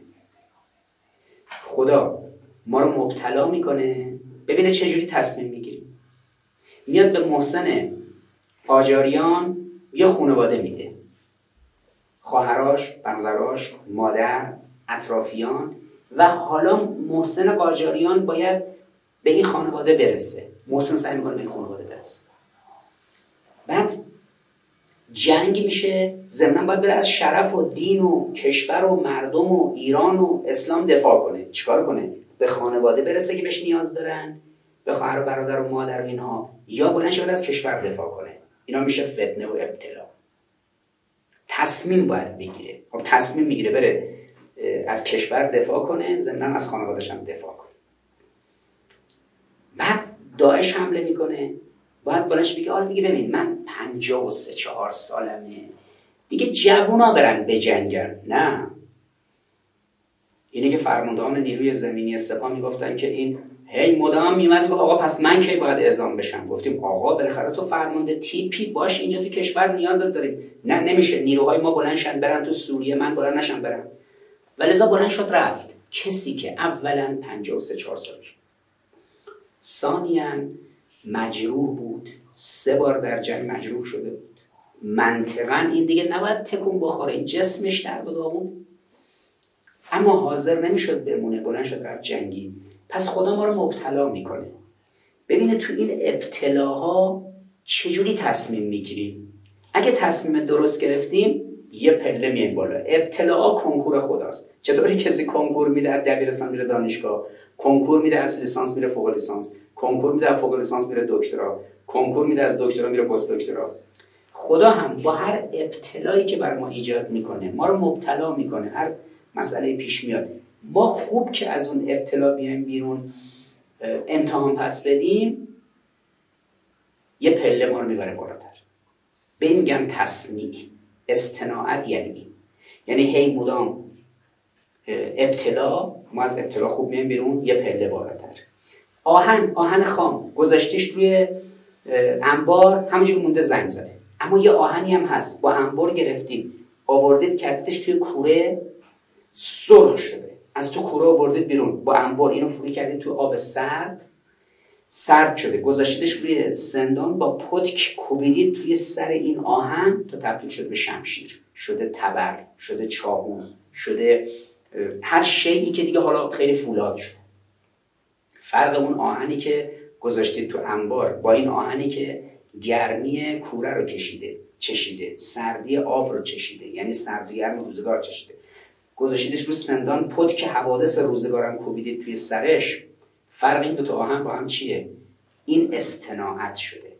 خدا ما رو مبتلا میکنه ببینه چجوری تصمیم میگیریم. میاد به محسن قاجاریان یه خانواده میده، خواهراش، برادراش، مادر، اطرافیان، و حالا محسن قاجاریان باید به این خانواده برسه. محسن سعی میکنه به این خانواده برسه. بعد جنگ میشه، ضمناً باید بره از شرف و دین و کشور و مردم و ایران و اسلام دفاع کنه. چیکار کنه؟ به خانواده برسه که بهش نیاز دارن، به خواهر و برادر و مادر و اینها، یا بلند شه از کشور دفاع کنه. اینا میشه فتنه و ابتلا. تصمیم باید بگیره. خب تصمیم میگیره بره از کشور دفاع کنه، ضمناً از خانواده‌اش هم دفاع کنه. بعد داعش حمله میکنه، باید بلنش بگه حالا دیگه ببین من 53-4 سالمه دیگه، جوونا برن بجنگن. نه، اینه که فرماندهان نیروی زمینی سپاه میگفتن که این هی مدام میومد میگه آقا پس من کی باید اعزام بشم؟ گفتیم آقا بالاخره تو فرمانده تیپی باش، اینجا تو کشور نیازت داریم. نه نمیشه، نیروهای ما بلندشن برن تو سوریه، من بلند نشم برم. ولذا بلند شد رفت. کسی که اولا 53-4 سالش، ثانیاً مجروح بود، 3 بار در جنگ مجروح شده بود، منطقاً این دیگه نباید تکون بخوره، این جسمش در بدامون، اما حاضر نمیشد بمونه، بلند شد رفت جنگی. پس خدا ما رو مبتلا میکنه. ببینه تو این ابتلاها چجوری تصمیم میگیریم. اگه تصمیم درست گرفتیم یه پله میایم بالا. ابتلاها کنکور خداست. چطوری کسی کنکور میده از دبیرستان میره دانشگاه، کنکور میده از لیسانس میره فوق لیسانس، کنکور میده از فوق لیسانس میره دکترا، کنکور میده از دکترا میره پست دکترا. خدا هم با هر ابتلایی که بر ما ایجاد میکنه ما رو مبتلا میکنه. هر مسئله پیش میاد، ما خوب که از اون ابتلا بیایم بیرون، امتحان پس بدیم، یه پله ما رو میبره بالاتر. به این میگن تصنیع. استناعت یعنی هی مدام ابتلا، ما از ابتلا خوب میایم بیرون، یه پله بالاتر. آهن خام گذاشتیش روی انبار، همونجوری مونده زنگ زده. اما یه آهنی هم هست با انبار گرفتیم آوردید کردیدش توی کوره، سرخ شده، از تو کوره آوردید بیرون، با انبار اینو فرو کردید تو آب سرد شده، گذاشتیدش روی سندان، با پتک کوبیدید توی سر این آهن تا تبدیل شده به شمشیر، شده تبر، شده چاقو، شده هر شیئی که دیگه حالا خیلی فولاد شده. فرق اون آهنی که گذاشتید تو انبار با این آهنی که گرمی کوره رو چشیده، سردی آب رو چشیده، یعنی سرد و گرم روزگار چشیده، گذاشتیدش رو سندان، پتک حوادث روزگارم کوبیدید توی سرش. فرق این دو تا آهن با هم چیه؟ این استناعت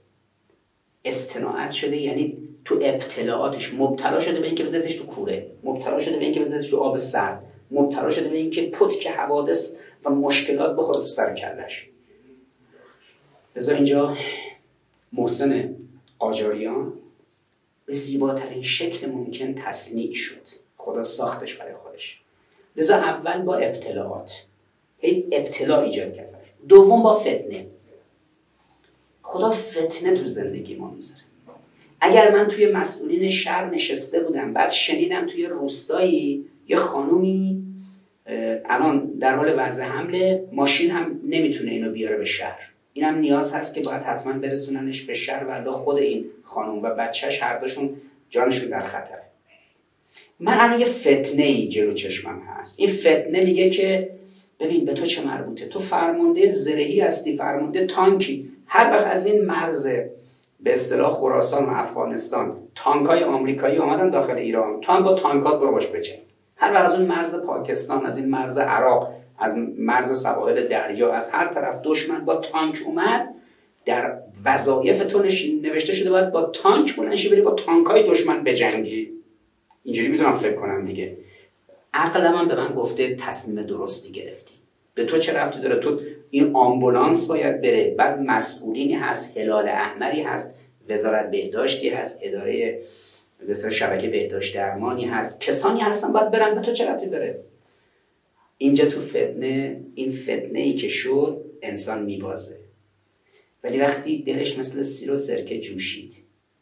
شده یعنی تو ابتلاعاتش مبتلا شده به اینکه بذارتش تو کوره، مبتلا شده به اینکه بذارتش تو آب سرد، مبتلا شده به اینکه پتک حوادث و مشکلات بخوره تو سر کلش. لذا اینجا محسن قاجاریان به زیباترین شکل ممکن تصنیع شد. خدا ساختش برای خودش. لذا اول با ابتلاعات، ابتلا ایجاد کرد. دوم با فتنه. خدا فتنه تو زندگی ما میذاره. اگر من توی مسئولین شهر نشسته بودم، بعد شنیدم توی روستایی یه خانومی الان در حال وضع حمله، ماشین هم نمیتونه اینو بیاره به شهر، اینم نیاز هست که باید حتما برسوننش به شهر، ولی خود این خانوم و بچهش هر دوشون جانشون در خطره. من الان یه فتنه‌ای جلو چشمم هست. این فتنه میگه که ببین به تو چه مربوطه، تو فرمانده زرهی هستی، فرمانده تانکی. هر وقت از این مرز به اصطلاح خراسان و افغانستان تانکای آمریکایی اومدن داخل ایران، تو هم با تانکات برو باش بجنگ. هر وقت از اون مرز پاکستان، از این مرز عراق، از مرز سواحل دریا، از هر طرف دشمن با تانک اومد، در وظایف تو نوشته شده باید با تانک بلنشی بری با تانکای دشمن بجنگی. اینجوری میتونم فکر کنم دیگه. عقلم هم به من گفته تصمیم درستی گرفتی. به تو چه ربطی داره؟ تو این آمبولانس باید بره، بعد مسئولینی هست، هلال احمری هست، وزارت بهداشتی هست، اداره مثلا شبکه بهداشت درمانی هست، کسانی هستن باید برن، به تو چه ربطی داره؟ اینجا تو فتنه، این فتنه‌ای که شد انسان میبازه. ولی وقتی دلش مثل سیر و سرکه جوشید،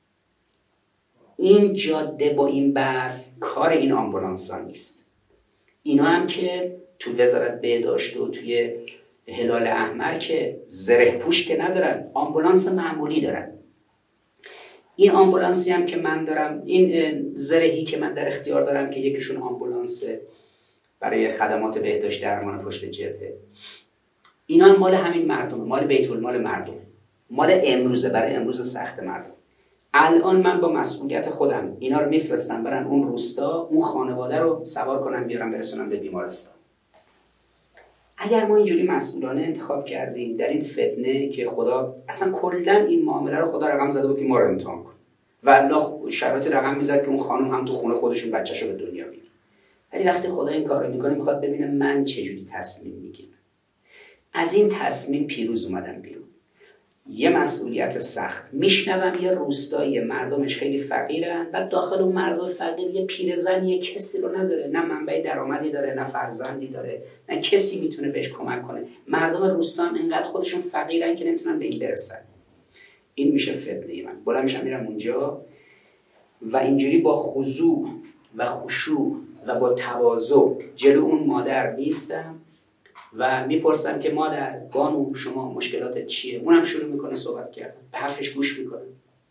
این جاده با این برف کار این آمبولانسا نیست. اینا هم که تو وزارت بهداشت و توی هلال احمر که زره پوش که ندارن، آمبولانس معمولی دارن. این آمبولانسی هم که من دارم، این زرهی که من در اختیار دارم که یکیشون آمبولانس برای خدمات بهداشت درمان پشت جبهه، اینا مال همین مردم، مال بیت المال مردم، مال امروزه، برای امروز سخت مردم. الان من با مسئولیت خودم اینا رو میفرستم برن اون روستا، اون خانواده رو سوار کنم بیارم برسونم به بیمارستان. اگر ما اینجوری مسئولانه انتخاب کردیم در این فتنه که خدا اصلا کلا این معامله رو خدا رقم زده بود که ما رو امتحان کنه و الله شرایط رقم میزد که اون خانم هم تو خونه خودشون بچه‌شو به دنیا بیاره. ولی وقتی خدا این کارو میکنه میخواد ببینه من چجوری تصمیم میگیرم. از این تصمیم پیروز اومدم بیرون. یه مسئولیت سخت. میشنوم یه روستایی مردمش خیلی فقیرن و داخل اون مردم فقیر یه پیرزن یه کسی رو نداره، نه منبع درآمدی داره، نه فرزندی داره، نه کسی میتونه بهش کمک کنه. مردم روستا هم اینقدر خودشون فقیرن که نمیتونن به این برسن. این میشه فتنه من. بلند میشم میرم اونجا و اینجوری با خضوع و خشوع و با تواضع جلو اون مادر میستم و میپرسم که مادر، بانو، شما مشکلاتت چیه؟ اونم شروع میکنه صحبت کردن، به حرفش گوش میکنه.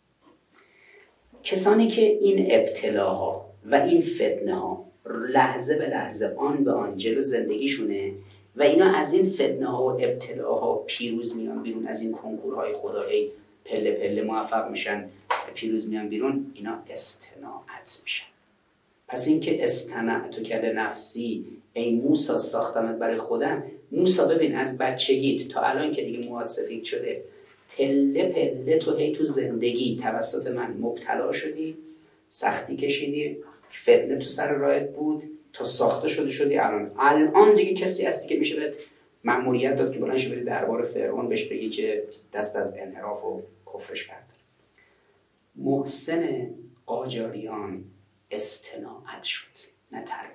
کسانی که این ابتلاها و این فتنه ها لحظه به لحظه، آن به آن جلو زندگیشونه و اینا از این فتنه ها و ابتلاها پیروز میان بیرون، از این کنکورهای خدایی پله پله موفق میشن، پیروز میان بیرون، اینا استناعت میشن. پس این که استنعت کل نفسی، ای موسی ساختمت برای خودم. موسی ببین از بچگیت تا الان که دیگه موهات سفید شده، پله پله تو هی تو زندگی توسط من مبتلا شدی، سختی کشیدی، فتنه تو سر راهت بود تا ساخته شدی. الان دیگه کسی هستی که میشه بهت مأموریت داد که بلند بری دربار فرعون بهش بگی که دست از انحراف و کفرش بردار. محسن قاجاریان استناعت شد، نه تربیت.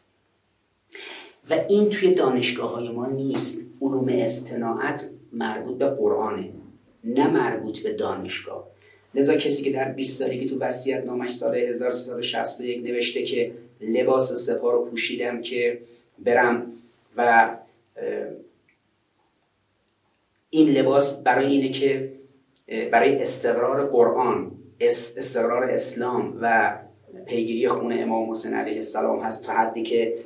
و این توی دانشگاه‌های ما نیست. علوم استناعت مربوط به قرآنه، نه مربوط به دانشگاه. لذا کسی که در 20 سالگی تو وصیت‌نامش سال 1361 نوشته که لباس سپاه رو پوشیدم که برم و این لباس برای اینه که برای استقرار قرآن، استقرار اسلام و پیگیری خون امام حسین علیه السلام هست، تا حدی که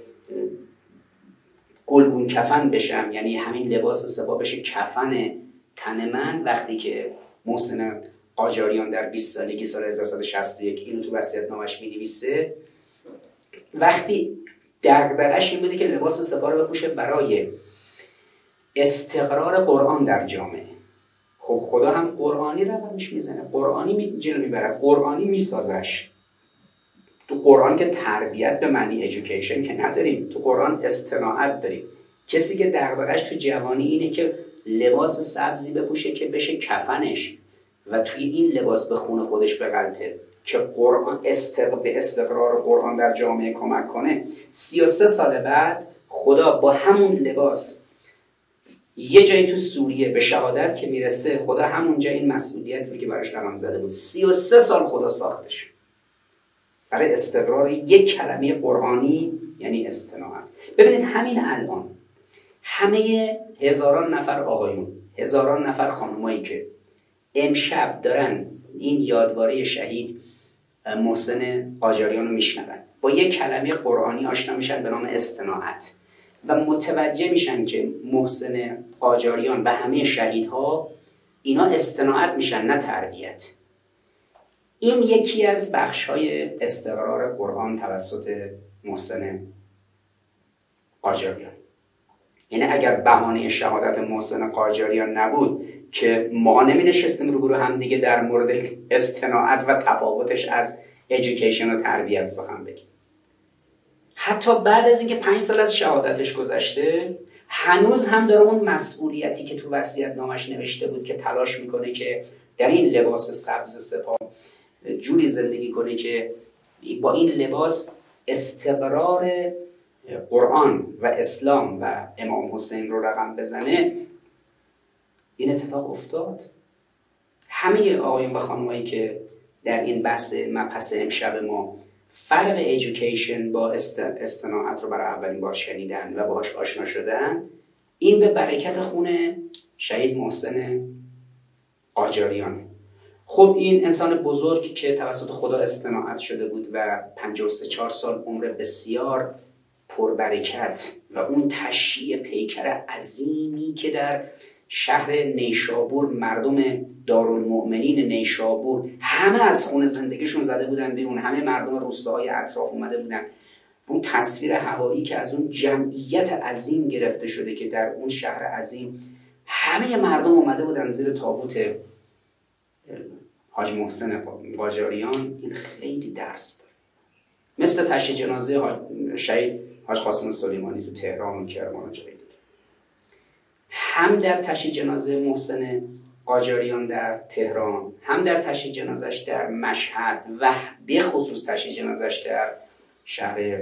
گلگون کفن بشم، یعنی همین لباس سپاه بشه کفن تن من. وقتی که محسن قاجاریان در 20 سالگی سال 1361 اینو تو وصیت‌نامش می‌نویسه، وقتی دغدغه‌اش این بوده که لباس سپاه رو بپوشه برای استقرار قرآن در جامعه. خب خدا هم قرآنی رقمش میزنه، قرآنی جلو میبره، قرآنی میسازش. تو قرآن که تربیت به معنی ایژوکیشن که نداریم، تو قرآن استناعت داریم. کسی که دغدغه‌اش تو جوانی اینه که لباس سبزی بپوشه که بشه کفنش و توی این لباس به خون خودش بغلطه که قرآن به استقرار قرآن در جامعه کمک کنه، 33 سال بعد خدا با همون لباس یه جایی تو سوریه به شهادت که میرسه، خدا همونجا این مسئولیت رو که براش رقم زده بود 33 سال خدا ساختش برای استقرار یک کلمه قرآنی، یعنی استناعت. ببینید همین الان همه هزاران نفر آقایون، هزاران نفر خانمایی که امشب دارن این یادواره شهید محسن قاجاریان رو میشنون، با یک کلمه قرآنی آشنا میشن به نام استناعت و متوجه میشن که محسن قاجاریان و همه شهیدها اینا استناعت میشن، نه تربیت. این یکی از بخش‌های استقرار قرآن توسط محسن قاجاریان. یعنی اگر بهانه شهادت محسن قاجاریان نبود که ما نمی نشستیم رو هم دیگه در مورد استناعت و تفاوتش از ایژوکیشن و تربیت سخن بگیم. حتی بعد از اینکه 5 سال از شهادتش گذشته، هنوز هم داره اون مسئولیتی که تو وصیت‌نامش نوشته بود که تلاش میکنه که در این لباس سبز سپاه جوری زندگی کنه که با این لباس استقرار قرآن و اسلام و امام حسین رو رقم بزنه. این اتفاق افتاد. همه آقایون و خانمایی که در این بحث مبحث امشب ما فرق ایژوکیشن با استناعت رو برای اولین بار شنیدن و باهاش آشنا شدن، این به برکت خون شهید محسن قاجاریان. خب این انسان بزرگی که توسط خدا استناعت شده بود و 53-4 سال عمر بسیار پربرکت و اون تشییع پیکر عظیمی که در شهر نیشابور مردم دارالمؤمنین نیشابور همه از خون زندگیشون زده بودن بیرون، همه مردم روستاهای اطراف اومده بودن، اون تصویر هوایی که از اون جمعیت عظیم گرفته شده که در اون شهر عظیم همه مردم اومده بودن زیر تابوت حاج محسن قاجاریان، این خیلی درس داره. مثل تشییع جنازه شهید حاج قاسم سلیمانی تو تهران و کرمان و جایی دیگه. هم در تشییع جنازه محسن قاجاریان در تهران، هم در تشییع جنازش در مشهد و به خصوص تشییع جنازش در شهر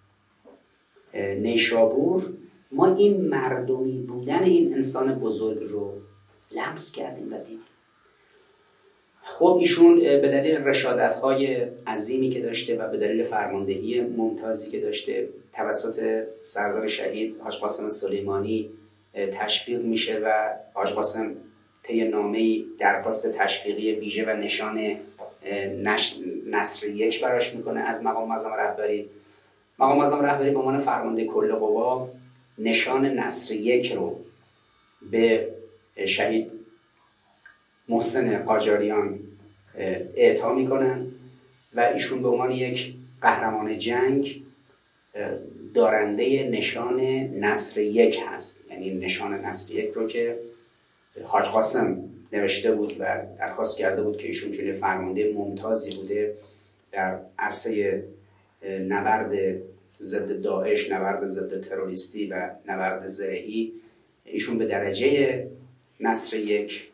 نیشابور، ما این مردمی بودن این انسان بزرگ رو لمس کردیم و دیدیم. خب ایشون به دلیل رشادت‌های عظیمی که داشته و به دلیل فرماندهی ممتازی که داشته توسط سردار شهید حاج قاسم سلیمانی تشویق میشه و حاج قاسم طی نامه‌ای درخواست تشویقی ویژه و نشان نصر یک براش میکنه از مقام معظم رهبری. مقام معظم رهبری به عنوان فرمانده کل قوا نشان نصر یک رو به شهید محسن قاجاریان اعطا میکنن و ایشون به عنوان یک قهرمان جنگ دارنده نشان نصر یک هست. یعنی نشان نصر یک رو که حاج قاسم نوشته بود و درخواست کرده بود که ایشون چون فرمانده ممتازی بوده در عرصه نبرد ضد داعش، نبرد ضد تروریستی و نبرد زرعی، ایشون به درجه نصر یک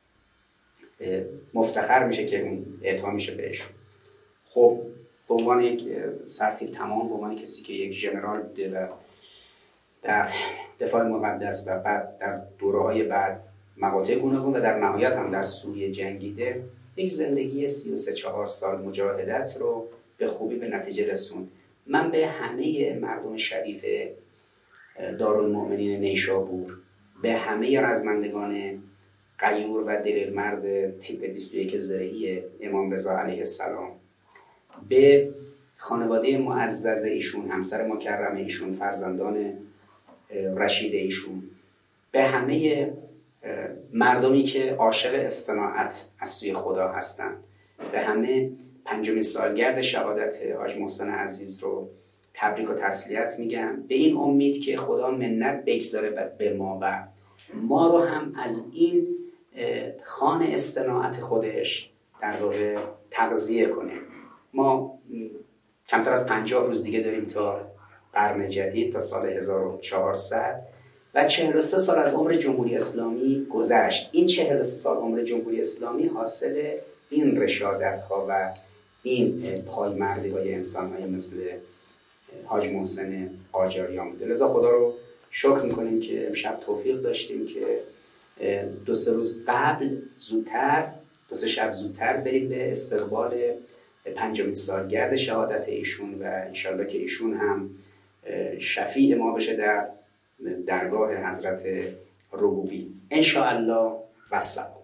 مفتخر میشه که اون اعطا میشه بهشون. خب به عنوان یک سرتیپ تمام، به عنوان کسی که یک ژنرال بوده و در دفاع مقدس و بعد در دوره‌های بعد مقاطع گوناگون و در نهایت هم در سوریه جنگیده، یک زندگی 33-4 سال مجاهدت رو به خوبی به نتیجه رسوند. من به همه مردم شریف دارالمؤمنین نیشابور، به همه رزمندگان غیور و دلیرمرد تیپ 21 زرعی امام رضا علیه السلام، به خانواده معزز ایشون، همسر مکرم ایشون، فرزندان رشید ایشون، به همه مردمی که عاشق استناعت از سوی خدا هستند، به همه 5مین سالگرد شهادت حاج محسن عزیز رو تبریک و تسلیت میگم، به این امید که خدا منت بگذاره به ما و ما رو هم از این خوان استناعت خودش در واقع تغذیه کنه. ما کمتر از 50 روز دیگه داریم تا قرن جدید، تا سال 1400 و 43 سال از عمر جمهوری اسلامی گذشت. این 43 سال عمر جمهوری اسلامی حاصل این رشادت ها و این پایمردی های انسان های مثل حاج محسن قاجاریان بوده. لذا خدا رو شکر میکنیم که امشب توفیق داشتیم که 2-3 روز قبل زودتر، 2-3 شب زودتر بریم به استقبال 5مین سالگرد شهادت ایشون و انشالله که ایشون هم شفیع ما بشه در درگاه حضرت ربوبی انشاءالله. و السلام.